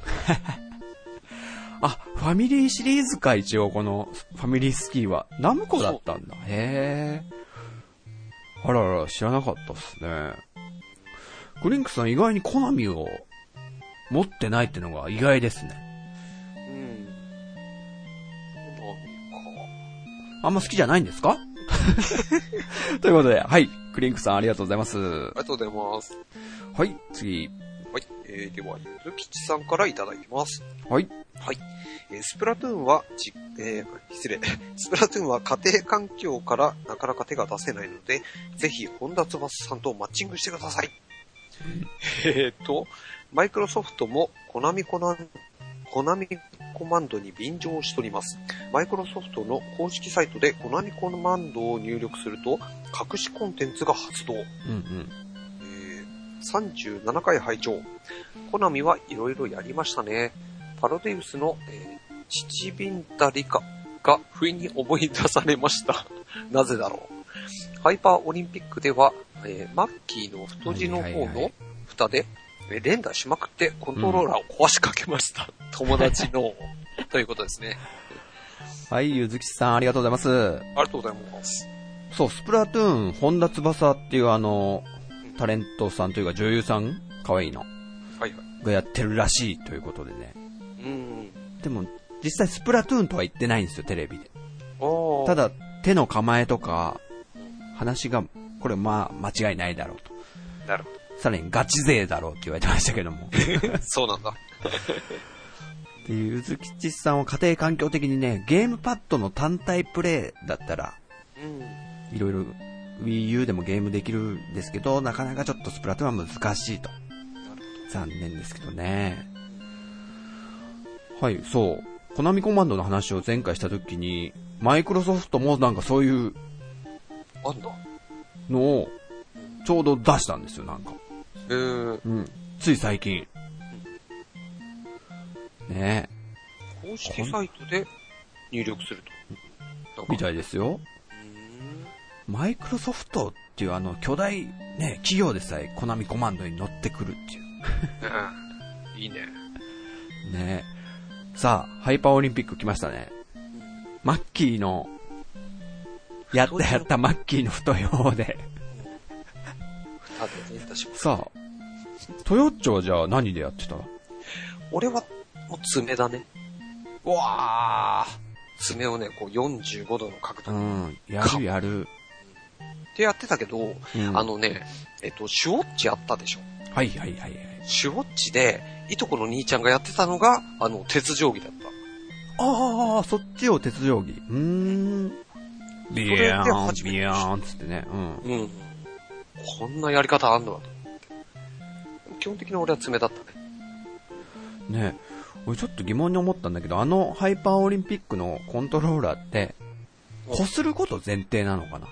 あ、ファミリーシリーズか、一応このファミリースキーは。ナムコだったんだ。へー。あらら、知らなかったっすね。クリンクさん意外にコナミを持ってないってのが意外ですね。うん。コナミか。あんま好きじゃないんですかということで、はい。クリンクさんありがとうございます。ありがとうございます。 はい、次。 はい。えー、では、ゆずきちさんからいただきます。 はい。 はい。えー、スプラトゥーンはじ、えー、失礼。スプラトゥーンは家庭環境からなかなか手が出せないので、ぜひ、本田翼さんとマッチングしてください。えーと、マイクロソフトもコナミコナン、コナミコマンドに便乗しております。マイクロソフトの公式サイトでコナミコマンドを入力すると、隠しコンテンツが発動。うんうんえー、さんじゅうななかい拝聴。コナミはいろいろやりましたね。パロデウスの、えー、チチビンダリカが不意に思い出されました。なぜだろう。ハイパーオリンピックでは、えー、マッキーの太字の方の蓋で、えー、連打しまくってコントローラーを壊しかけました。うん、友達の、ということですね。 はい、ゆずきさんありがとうございます。 ありがとうございます。 そう、スプラトゥーン、本田翼っていうあの、タレントさんというか女優さん、かわいいの。はいはい。がやってるらしいということでね。うん。でも、実際スプラトゥーンとは言ってないんですよ、テレビで。ただ、手の構えとか、話が、これまあ、間違いないだろうと。 なるほど。 さらにガチ勢だろうって言われてましたけども。 そうなんだ。 で、ゆずきちさんは家庭環境的にね、ゲームパッドの単体プレイだったら、うん、いろいろ Wii U でもゲームできるんですけど、なかなかちょっとスプラトゥーンは難しいと。残念ですけどね。はい、そう。コナミコマンドの話を前回したときに、マイクロソフトもなんかそういうあんだのをちょうど出したんですよ、なんか。 へー。 うん。つい最近。ねえ。公式サイトで入力すると。 みたいですよ。 マイクロソフトっていうあの巨大ね、企業でさえコナミコマンドに乗ってくるっていう。 うん。いいね。 ね。さあ、ハイパーオリンピック来ましたね。マッキーの、やったやったマッキーの太い方で。さあ、トヨッチョはじゃあ何でやってた？ 俺は、もう爪だね。 うわー。 爪をね、こうよんじゅうごどの角度。 うん、やるやる。 ってやってたけど、うん、あのね、えっと、シュウォッチやったでしょ。 はいはいはいはい。 シュウォッチで、いとこの兄ちゃんがやってたのが、あの、鉄定規だった。 ああ、そっちを鉄定規。うーん。ビヤーン、ビヤーンつってね。うん。 うん。こんなやり方あんのかと思って。基本的に俺は爪だったね。 ねえ。俺ちょっと疑問に思ったんだけど、あのハイパーオリンピックのコントローラーって、擦ること前提なのかな？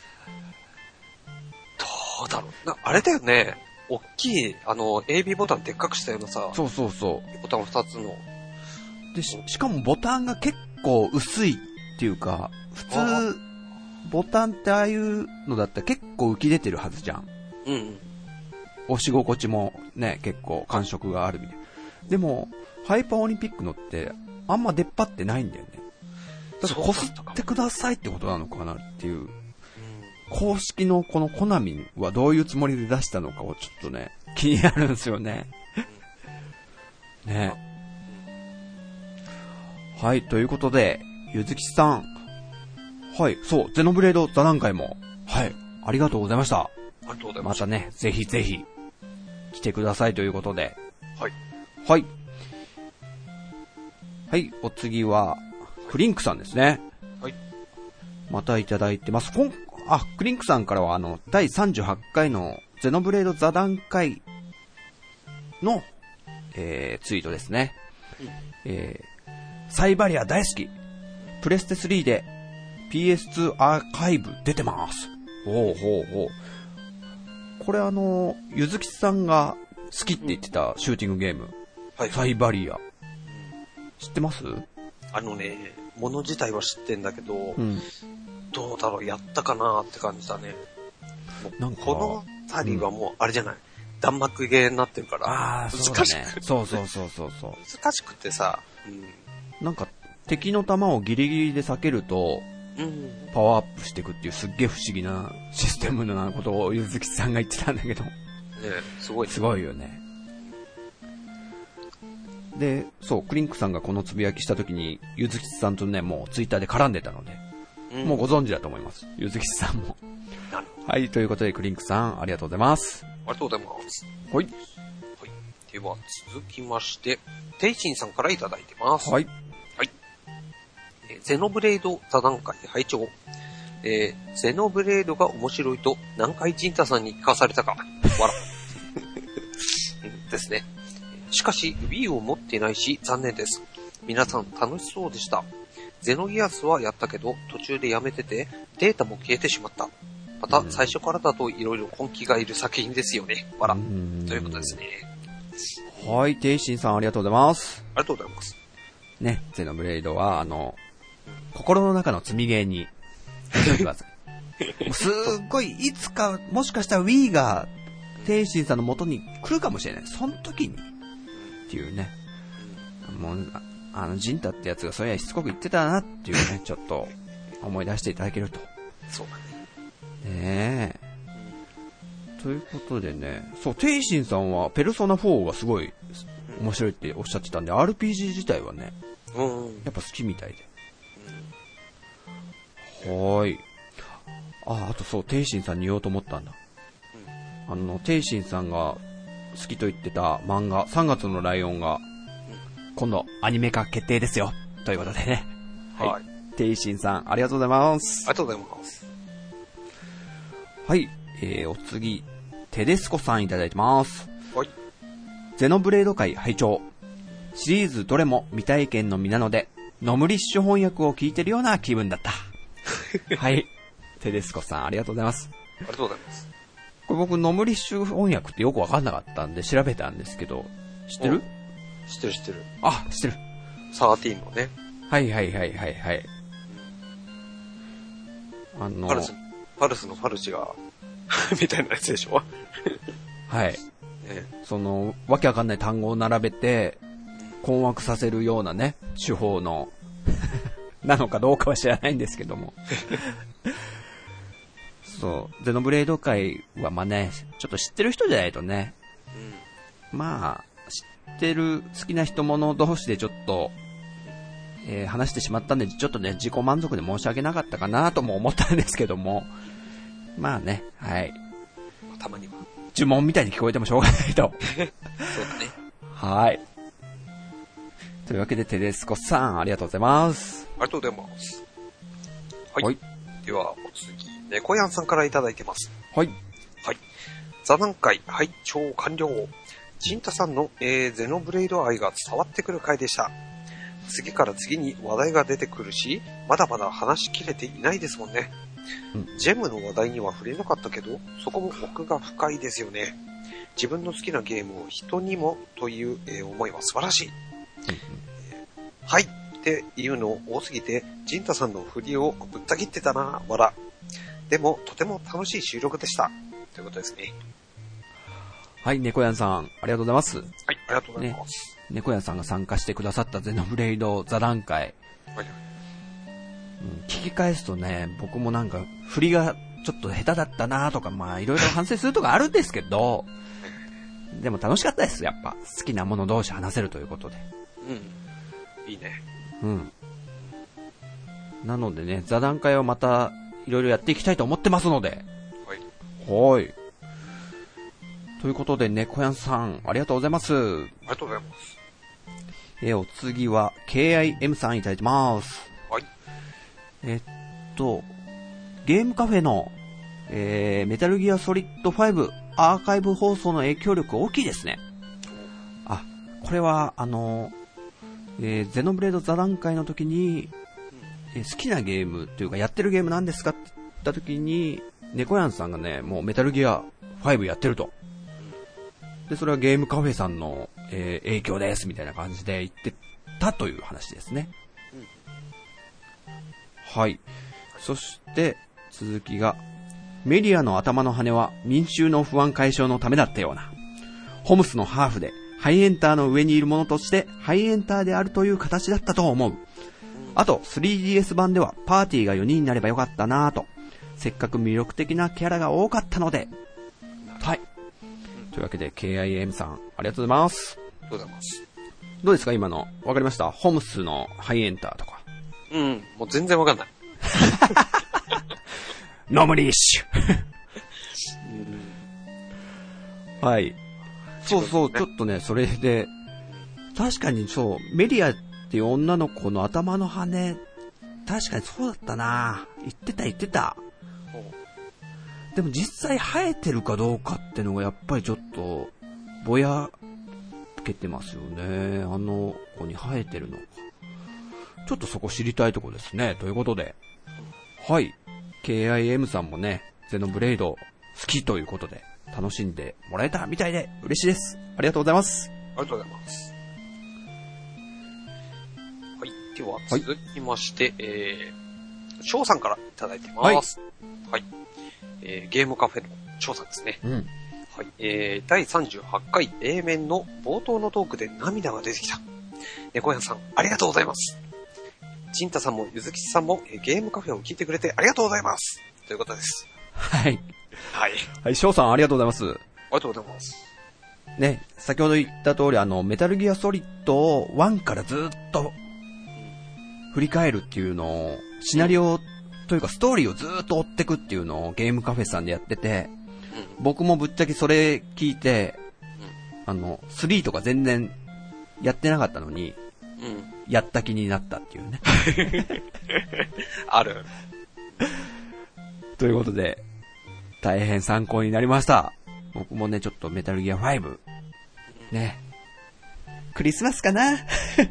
どうだろうな。あれだよね。大きい、あの、エービー ボタンでっかくしたようなさ。 そうそうそう。 ボタンふたつの。 で、し、しかもボタンが結構薄いっていうか、普通、ボタンってああいうのだったら結構浮き出てるはずじゃん。 うん、うん。 押し心地もね、結構感触があるみたいな。でも、ハイパーオリンピックのって、あんま出っ張ってないんだよね。だから、こすってくださいってことなのかなっていう。うん、公式のこのコナミはどういうつもりで出したのかをちょっとね、気になるんですよね。ね。はい、ということで、ゆずきさん。はい、そう、ゼノブレード座談会も。はい、ありがとうございました。 ありがとうございました。 またね、ぜひぜひ、来てくださいということで。 はい。 はい。はい、お次は、クリンクさんですね。 はい。 またいただいてます。今あ、クリンクさんからは、あの、だいさんじゅうはちかいのゼノブレード座談会の、えー、ツイートですね。うん、えー、サイバリア大好き。プレステスリーで ピーエスツー アーカイブ出てます。ほうほうほう。これあの、ゆずきさんが好きって言ってたシューティングゲーム。うん、はい。サイバリア。知ってます？ あのね、もの自体は知ってんだけど、うん、どうだろう、やったかなって感じだね。なんかこのあたりはもう、あれじゃない、うん、弾幕ゲーになってるから、 あ難しく、ね、そうそうそうそうそう。 難しくてさ、うん、 なんか敵の弾をギリギリで避けると、うん、パワーアップしていくっていうすっげえ不思議なシステムなことをゆずきさんが言ってたんだけど。ね、 すごい、ね。 すごいよね。で、そう、クリンクさんがこのつぶやきしたときに、ゆずきさんとね、もうツイッターで絡んでたので、うん、もうご存知だと思います。ゆずきさんも。はい、ということで、クリンクさん、ありがとうございます。 ありがとうございます。 はい。はい。 では、続きまして、テイチンさんからいただいてます。 はい。 はい。えー、ゼノブレード座談会拝聴。えー、ゼノブレードが面白いと、南海陣太さんに聞かされたか。わら。ですね。しかし Wii を持っていないし残念です。皆さん楽しそうでした。ゼノギアスはやったけど途中でやめててデータも消えてしまった。また最初からだと色々根気がいる作品ですよね。わら。ということですね。 はい、テイシンさんありがとうございます。 ありがとうございます。 ね、ゼノブレイドはあの心の中の積みゲーにやってください。すっごいいつかもしかしたら Wii がテイシンさんの元に来るかもしれない。その時にっていうね、もうあのジンタってやつがそういやしつこく言ってたなっていうね、ちょっと思い出していただけると。 そうだね。ねえ。ということでね、そうテイシンさんはペルソナフォーがすごい面白いっておっしゃってたんで、 アールピージー 自体はね、うん、やっぱ好きみたいで、うん、はーい。あ、あとそうテイシンさんに言おうと思ったんだ。うん、あのテイシンさんが好きと言ってた漫画さんがつのライオンが今度アニメ化決定ですよということでね、はい、はい、テイシンさんありがとうございます。 ありがとうございます。 はい、えー、お次テデスコさんいただいてます。 はい。 ゼノブレード会拝聴。シリーズどれも未体験の身なのでノムリッシュ翻訳を聞いてるような気分だった。はい、テデスコさんありがとうございます。 ありがとうございます。 これ僕ノムリッシュ翻訳ってよくわかんなかったんで調べたんですけど、知ってる？ 知ってる知ってる。 あ、知ってる。 じゅうさんのね。 はいはいはいはいはい。あの、 あれです。 パルスのファルチが、みたいなやつでしょはい。 ね、 その、わけわかんない単語を並べて、困惑させるようなね、手法の、なのかどうかは知らないんですけども。そう、ゼノブレイド界はまあね、ちょっと知ってる人じゃないとね、うん、まあ、知ってる好きな人物同士でちょっと、えー、話してしまったんで、ちょっとね、自己満足で申し訳なかったかなとも思ったんですけども、まあね、はい。 たまには。 呪文みたいに聞こえてもしょうがないと。 そうだね。 はい。というわけで、テレスコさん、ありがとうございます。 ありがとうございます。はい。はい、では、お次、猫やんさんからいただいてます。 はい。 はい。座談会、拝聴完了。ジンタさんの、えー、ゼノブレイド愛が伝わってくる回でした。次から次に話題が出てくるし、まだまだ話しきれていないですもんね。うん、ジェムの話題には触れなかったけど、そこも奥が深いですよね。自分の好きなゲームを人にもという、えー、思いは素晴らしい。うんえー、はいっていうの多すぎて、ジンタさんの振りをぶった切ってたな、笑。でも、とても楽しい収録でした。ということですね。 はい、猫やんさん、ありがとうございます。 はい、ありがとうございます。 ね、猫やんさんが参加してくださったゼノブレイド座談会。はい、うん、聞き返すとね、僕もなんか、振りがちょっと下手だったなとか、まあ、いろいろ反省するとかあるんですけど、でも楽しかったです、やっぱ。好きなもの同士話せるということで。 うん。いいね。 うん。なのでね、座談会をまた、いろいろやっていきたいと思ってますので。 はい。 はい。ということで、猫やんさん、ありがとうございます。ありがとうございます。 えー、お次は、ケーアイエム さんいただいてます。 はい。 えっと、ゲームカフェの、えー、メタルギアソリッドファイブアーカイブ放送の影響力大きいですね。あ、これは、あの、えー、ゼノブレード座談会の時に、えー、好きなゲームっていうか、やってるゲームなんですかって言った時に、猫やんさんがね、もうメタルギアファイブやってると。で、それはゲームカフェさんの、えー、影響ですみたいな感じで言ってたという話ですね。うん、はい。そして、続きが、メリアの頭の羽は民衆の不安解消のためだったような。ホムスのハーフでハイエンターの上にいるものとしてハイエンターであるという形だったと思う。あと スリーディーエス 版ではパーティーがよにんになればよかったなぁと。せっかく魅力的なキャラが多かったので。はい。というわけで ケーアイエム さん、ありがとうございます。 ありがとうございます。どうですか今の。わかりました？ホムスのハイエンターとか。 うん、もう全然わかんない。 ノムリッシュ。はい。そうそう、ちょっとね、それで、確かにそう、メリアっていう女の子の頭の羽、確かにそうだったな。言ってた言ってた。でも実際生えてるかどうかってのがやっぱりちょっと、ぼやけてますよね。あの子に生えてるのか。ちょっとそこ知りたいとこですね。ということで。はい。ケーアイエム さんもね、ゼノブレイド好きということで、楽しんでもらえたみたいで嬉しいです。ありがとうございます。 ありがとうございます。はい。では、続きまして、はい、えー、翔さんからいただいてます。はい。はい、えー、ゲームカフェの翔さんですね。 うん。 はい。えー、だいさんじゅうはちかい A 面の冒頭のトークで涙が出てきた。猫やんさん、ありがとうございます。ジンタさんもゆずきちさんも、えー、ゲームカフェを聞いてくれてありがとうございます。ということです。 はい。 はい。 はい、翔さんありがとうございます。 ありがとうございます。 ね、先ほど言った通り、あの、メタルギアソリッドをワンからずっと振り返るっていうのを、シナリオというかストーリーをずっと追ってくっていうのをゲームカフェさんでやってて、うん、僕もぶっちゃけそれ聞いて、うん、あの、スリーとか全然やってなかったのに、うん、やった気になったっていうね。 ある。 ということで、大変参考になりました。僕もね、ちょっとメタルギアファイブ。ね。クリスマスかな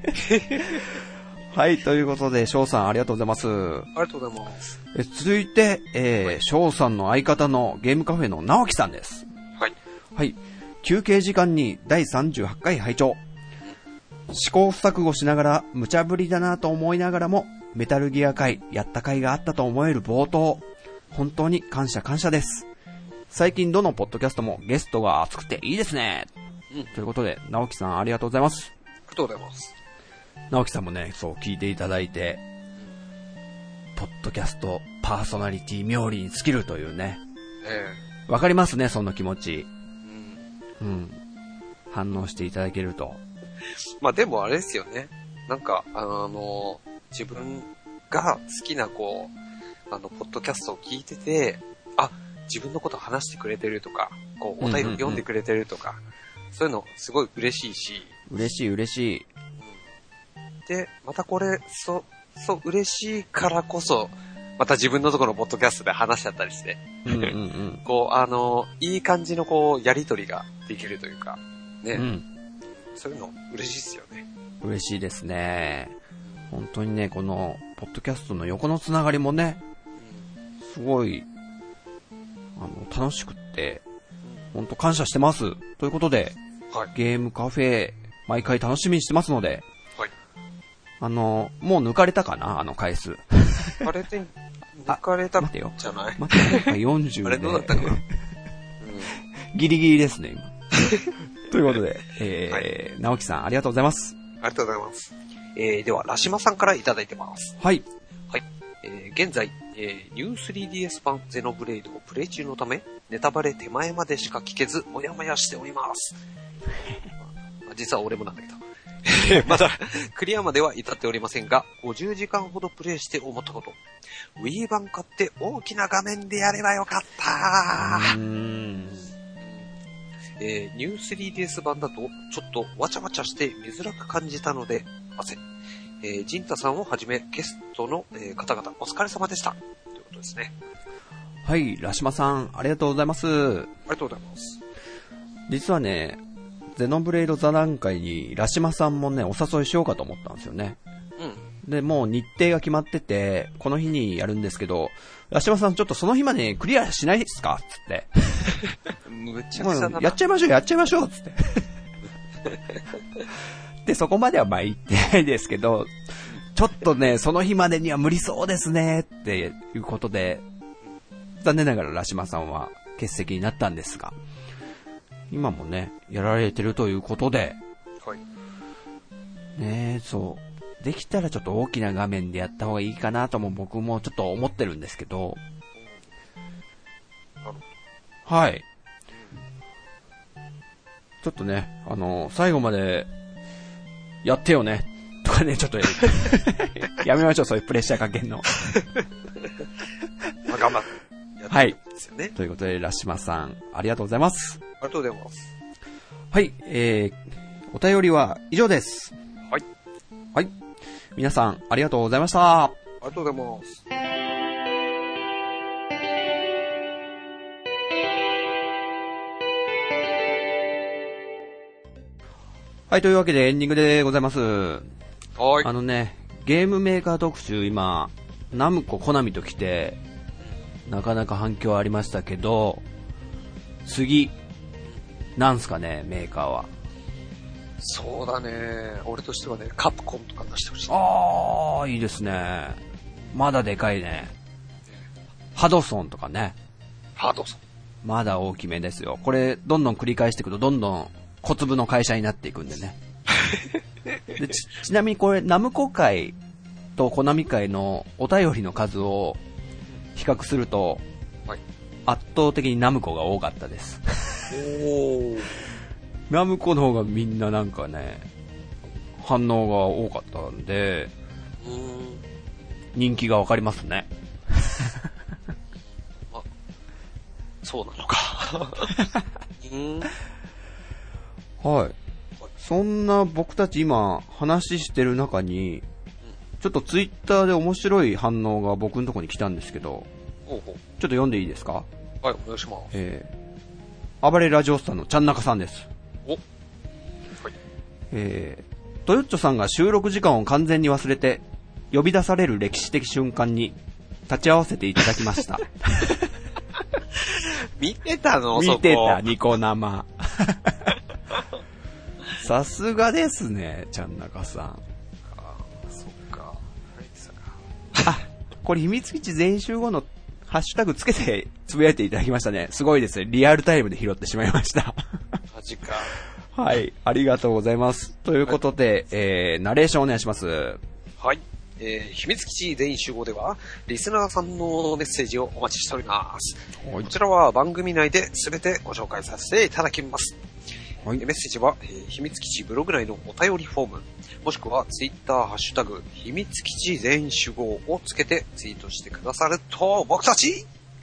はい、ということで、翔さんありがとうございます。 ありがとうございます。 え続いて、えー、翔さんの相方のゲームカフェの直樹さんです。 はい。 はい。休憩時間にだいさんじゅうはちかい拝聴。試行錯誤しながら無茶ぶりだなと思いながらもメタルギア回やった回があったと思える冒頭本当に感謝感謝です。最近どのポッドキャストもゲストが熱くていいですね。うん、ということで、直樹さんありがとうございます。 ありがとうございます。 直樹さんもね、そう聞いていただいて、ポッドキャストパーソナリティ冥利に尽きるというね。ええ。わかりますね、その気持ち。うん。うん。反応していただけると。 まあでもあれですよね。なんか、あの、自分が好きなこう、あの、ポッドキャストを聞いてて、あ、自分のこと話してくれてるとか、こう、お便り読んでくれてるとか、うんうんうん、そういうのすごい嬉しいし。 嬉しい嬉しい。 うん、で、またこれ、そ、そう、嬉しいからこそ、また自分のところのポッドキャストで話しちゃったりして。うんうんうん、こう、あの、いい感じのこう、やりとりができるというか、ね。うん、そういうの嬉しいですよね。 嬉しいですね。本当にね、この、ポッドキャストの横のつながりもね、すごい、あの、楽しくって、本当感謝してます。ということで、はい、ゲームカフェ、毎回楽しみにしてますので、はい、あの、もう抜かれたかなあの回数。 あれで、抜かれた待てよ。 じゃない待ってよ。よんじゅうで。 あれどうだったかな、うん、 ギリギリですね、今。ということで、えー、はい、直樹さんありがとうございます。 ありがとうございます。えー、では、ラシマさんからいただいてます。 はい。 はい。えー、現在、えー、ニュー スリーディーエス 版ゼノブレイドをプレイ中のため、ネタバレ手前までしか聞けず、もやもやしております。まあ、実は俺もなんだけど。まだ、クリアまでは至っておりませんが、ごじゅうじかんほどプレイして思ったこと。Wii 版買って大きな画面でやればよかったー。うーんえー、ニュー スリーディーエス 版だとちょっとわちゃわちゃして見づらく感じたので、汗。えー、ジンタさんをはじめゲストの、えー、方々お疲れ様でした。ということですね。 はい、ラシマさんありがとうございます。ありがとうございます。 実はね、ゼノブレイド座談会にラシマさんもね、お誘いしようかと思ったんですよね。うん。で、もう日程が決まってて、この日にやるんですけど、ラシマさんちょっとその日までクリアしないですかつって。 むちゃくちゃだな。 やっちゃいましょう、やっちゃいましょうつって。で、そこまではまあ言ってないですけど、ちょっとね、その日までには無理そうですね、っていうことで、残念ながらラシマさんは欠席になったんですが、今もね、やられてるということで、はい。ねえ、そう。できたらちょっと大きな画面でやった方がいいかなとも僕もちょっと思ってるんですけど、はい。ちょっとね、あの、最後まで、やってよね、とかね、ちょっと、やめましょう、そういうプレッシャーかけんの。 まあ、頑張って。 はい。ですよね。ということで、ラシマさん、ありがとうございます。 ありがとうございます。 はい、えー、お便りは以上です。 はい。 はい。皆さん、ありがとうございました。 ありがとうございます。 はい、というわけでエンディングでございます。 はい。 あのね、ゲームメーカー特集今、ナムコ、コナミと来て、なかなか反響ありましたけど、次、なんすかね、メーカーは。 そうだね、俺としてはね、カプコンとか出してほしい。 あー、いいですね。まだでかいね。ハドソンとかね。 ハドソン。 まだ大きめですよ。これ、どんどん繰り返していくと、どんどん小粒の会社になっていくんでね。で ち, ちなみにこれ、ナムコ界とコナミ界のお便りの数を比較すると、はい、圧倒的にナムコが多かったです。おナムコの方がみんななんかね、反応が多かったんで、うーん人気がわかりますね。 あ、そうなのか。うんはい。そんな僕たち今話してる中に、ちょっとツイッターで面白い反応が僕のところに来たんですけど、 ほうほう、ちょっと読んでいいですか？ はい、お願いします。 えー、暴れラジオスターのちゃんなかさんです。 お、はい。 えー、トヨッチョさんが収録時間を完全に忘れて呼び出される歴史的瞬間に立ち会わせていただきました。 見てたの？ 見てた、ニコ生。さすがですね、ちゃんなかさん。 あ、そっか。 あ、これ秘密基地全集後のハッシュタグつけてつぶやいていただきましたね。すごいですね。リアルタイムで拾ってしまいました。 マジか。 はい。ありがとうございます。ということで、はい、えー、ナレーションお願いします。 はい。えー、秘密基地全員集合では、リスナーさんのメッセージをお待ちしております。はい、こちらは番組内で全てご紹介させていただきます。はい、メッセージは、えー、秘密基地ブログ内のお便りフォーム、もしくはツイッターハッシュタグ、秘密基地全員集合をつけてツイートしてくださると、僕たち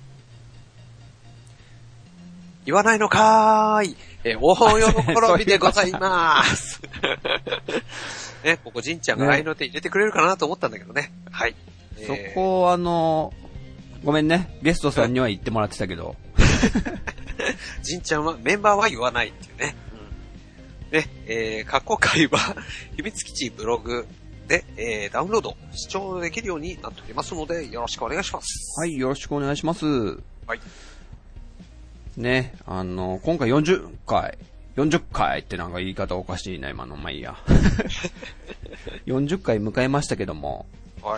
言わないのかーい、えー、大喜びでございます。ね、ここジンちゃんが合いの手入れてくれるかなと思ったんだけどね。はい。 そこ、あの、ごめんね、ゲストさんには言ってもらってたけど。 ジンちゃんは、メンバーは言わないっていうね。うん、ね、えー、過去回は、秘密基地ブログで、えー、ダウンロード、視聴できるようになっておりますので、よろしくお願いします。 はい、よろしくお願いします。はい。ね、あの、今回よんじゅっかい。よんじゅっかいってなんか言い方おかしいな、今の。まあいいや。よんじゅっかい迎えましたけども。はい。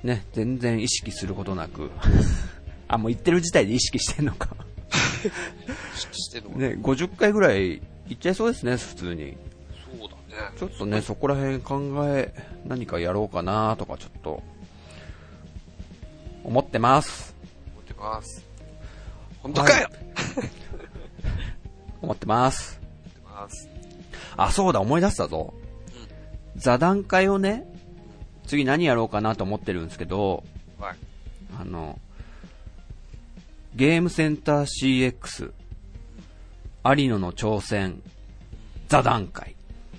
ね、全然意識することなく。あ、もう言ってる時点で意識してんのか。 意識してんのか。 ね、ごじゅっかいぐらい言っちゃいそうですね、普通に。 そうだね。 ちょっとね、そこら辺考え、何かやろうかなとかちょっと、思ってます。 思ってます。本当かよ、はい思ってます。あ、そうだ、思い出したぞ。うん、座談会をね、次何やろうかなと思ってるんですけど、はい、あの、ゲームセンター シーエックス、有野の挑戦、座談会。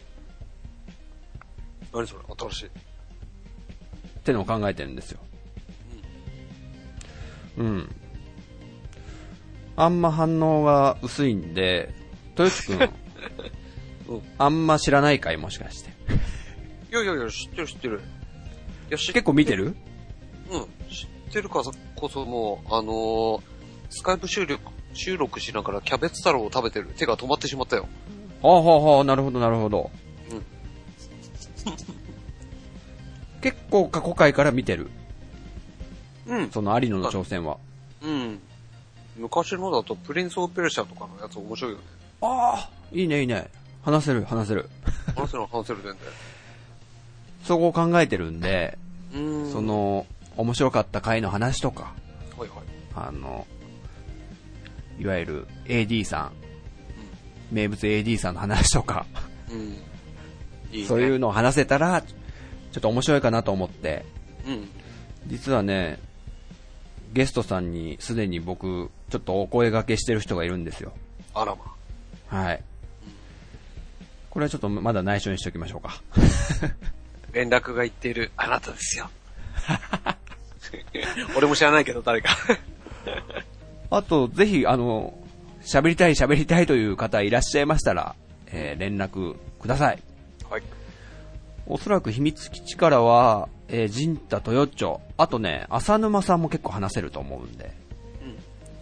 何それ、新しい。 ってのを考えてるんですよ。うん。うんあんま反応が薄いんで、豊地くん、うん、あんま知らないかいもしかして。 いやいやいや、知ってる知ってる。いや知結構見てる？ うん、知ってるからこそもう、あのー、スカイプ収録、収録しながらキャベツ太郎を食べてる手が止まってしまったよ。 ああ、はあ、はあ、なるほどなるほど。うん。結構過去回から見てる。うん。その有野の挑戦は。 うん。昔のだとプリンスオペレシャとかのやつ面白いよね。 ああ、いいねいいね。話せる話せる。 話せる話せる全然。 そこを考えてるんで、うーんその面白かった回の話とか、はいはい。あのいわゆる エーディー さん、うん、名物 エーディー さんの話とか、うん、いいね、そういうのを話せたらちょっと面白いかなと思って、うん、実はね。ゲストさんにすでに僕ちょっとお声掛けしてる人がいるんですよ。 あらま。 はい。これはちょっとまだ内緒にしておきましょうか。 連絡が言っているあなたですよ。俺も知らないけど誰か。 あとぜひあの喋りたい喋りたいという方いらっしゃいましたら、えー、連絡ください。はい。おそらく秘密基地からは。えー、陣太豊町、あとね、浅沼さんも結構話せると思うんで、うん、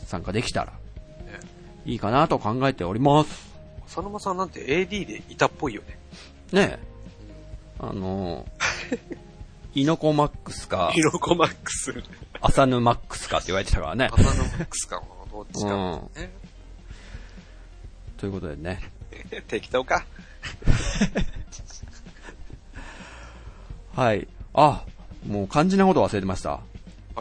参加できたら、ね、いいかなと考えております。 浅沼さんなんて エーディー でいたっぽいよね。 ねえ。うん、あのー、イノコマックスか、 イノコマックス。 浅沼マックスかって言われてたからね。 浅沼マックスかも、どっちか、うんね。ということでね。 適当か。 はい。あ、もう肝心なこと忘れてました、はい。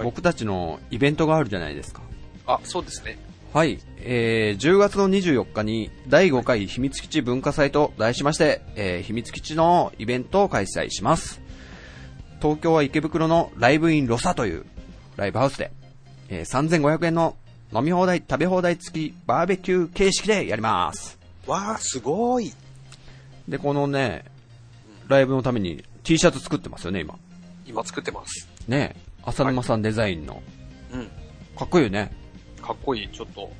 僕たちのイベントがあるじゃないですか。 あ、そうですね。 はい。えー、じゅうがつのにじゅうよっかにだいごかい秘密基地文化祭と題しまして、えー、秘密基地のイベントを開催します。東京は池袋のライブインロサというライブハウスで、えー、さんぜんごひゃくえんの飲み放題、食べ放題付きバーベキュー形式でやります。 わー、すごい。 で、このね、ライブのために T シャツ作ってますよね、今。 今作ってます。 ねえ、浅沼さんデザインの。うん。かっこいいよね。 かっこいい、ちょっと。うん、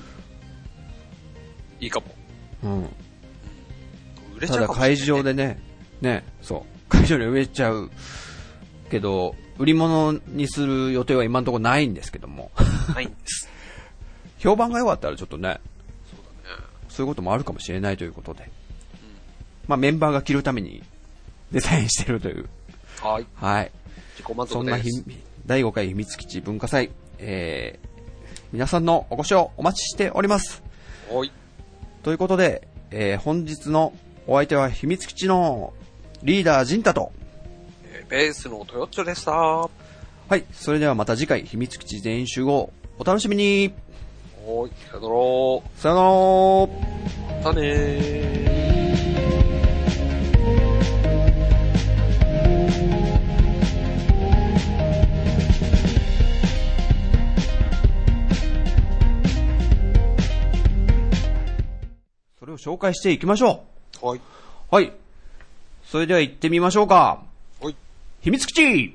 いいかも。うん。売れちゃうかもしれない、ね。ただ会場でね、ね、そう。会場で売れちゃう。けど、売り物にする予定は今のところないんですけども。 ないんです。 評判が良かったらちょっとね。 そうだね。 そういうこともあるかもしれないということで。うん、まあメンバーが着るためにデザインしてるという。 はい。 はい。 自己満足です。 そんなひ、 だいごかい秘密基地文化祭、えー、皆さんのお越しをお待ちしております。 はい。 ということで、えー、本日のお相手は秘密基地のリーダージンタと、 えー、ベースのトヨッチョでした。はい、それではまた次回秘密基地全員集合、お楽しみに。 はい、さよなら。 さよなら。 またねー。 それを紹介していきましょう。はい。 はい。それでは行ってみましょうか。 はい。 秘密基地。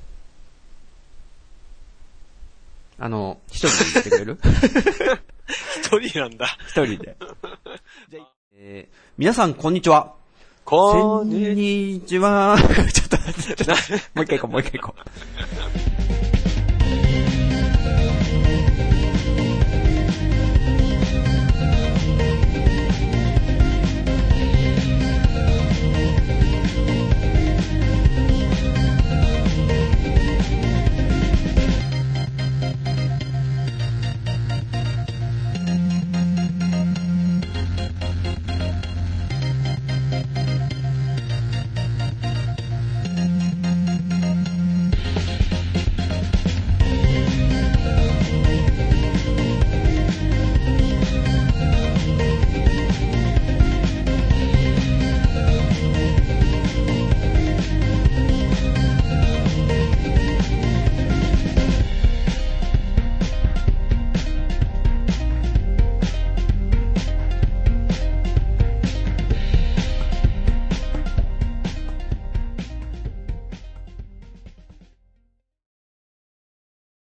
あの、一人で言ってくれる？ 一人なんだ。 一人で。じゃあ、えー、皆さんこんにちは。 こんにちは。ちょっと待って、ちょっともう一回行こう、もう一回行こう。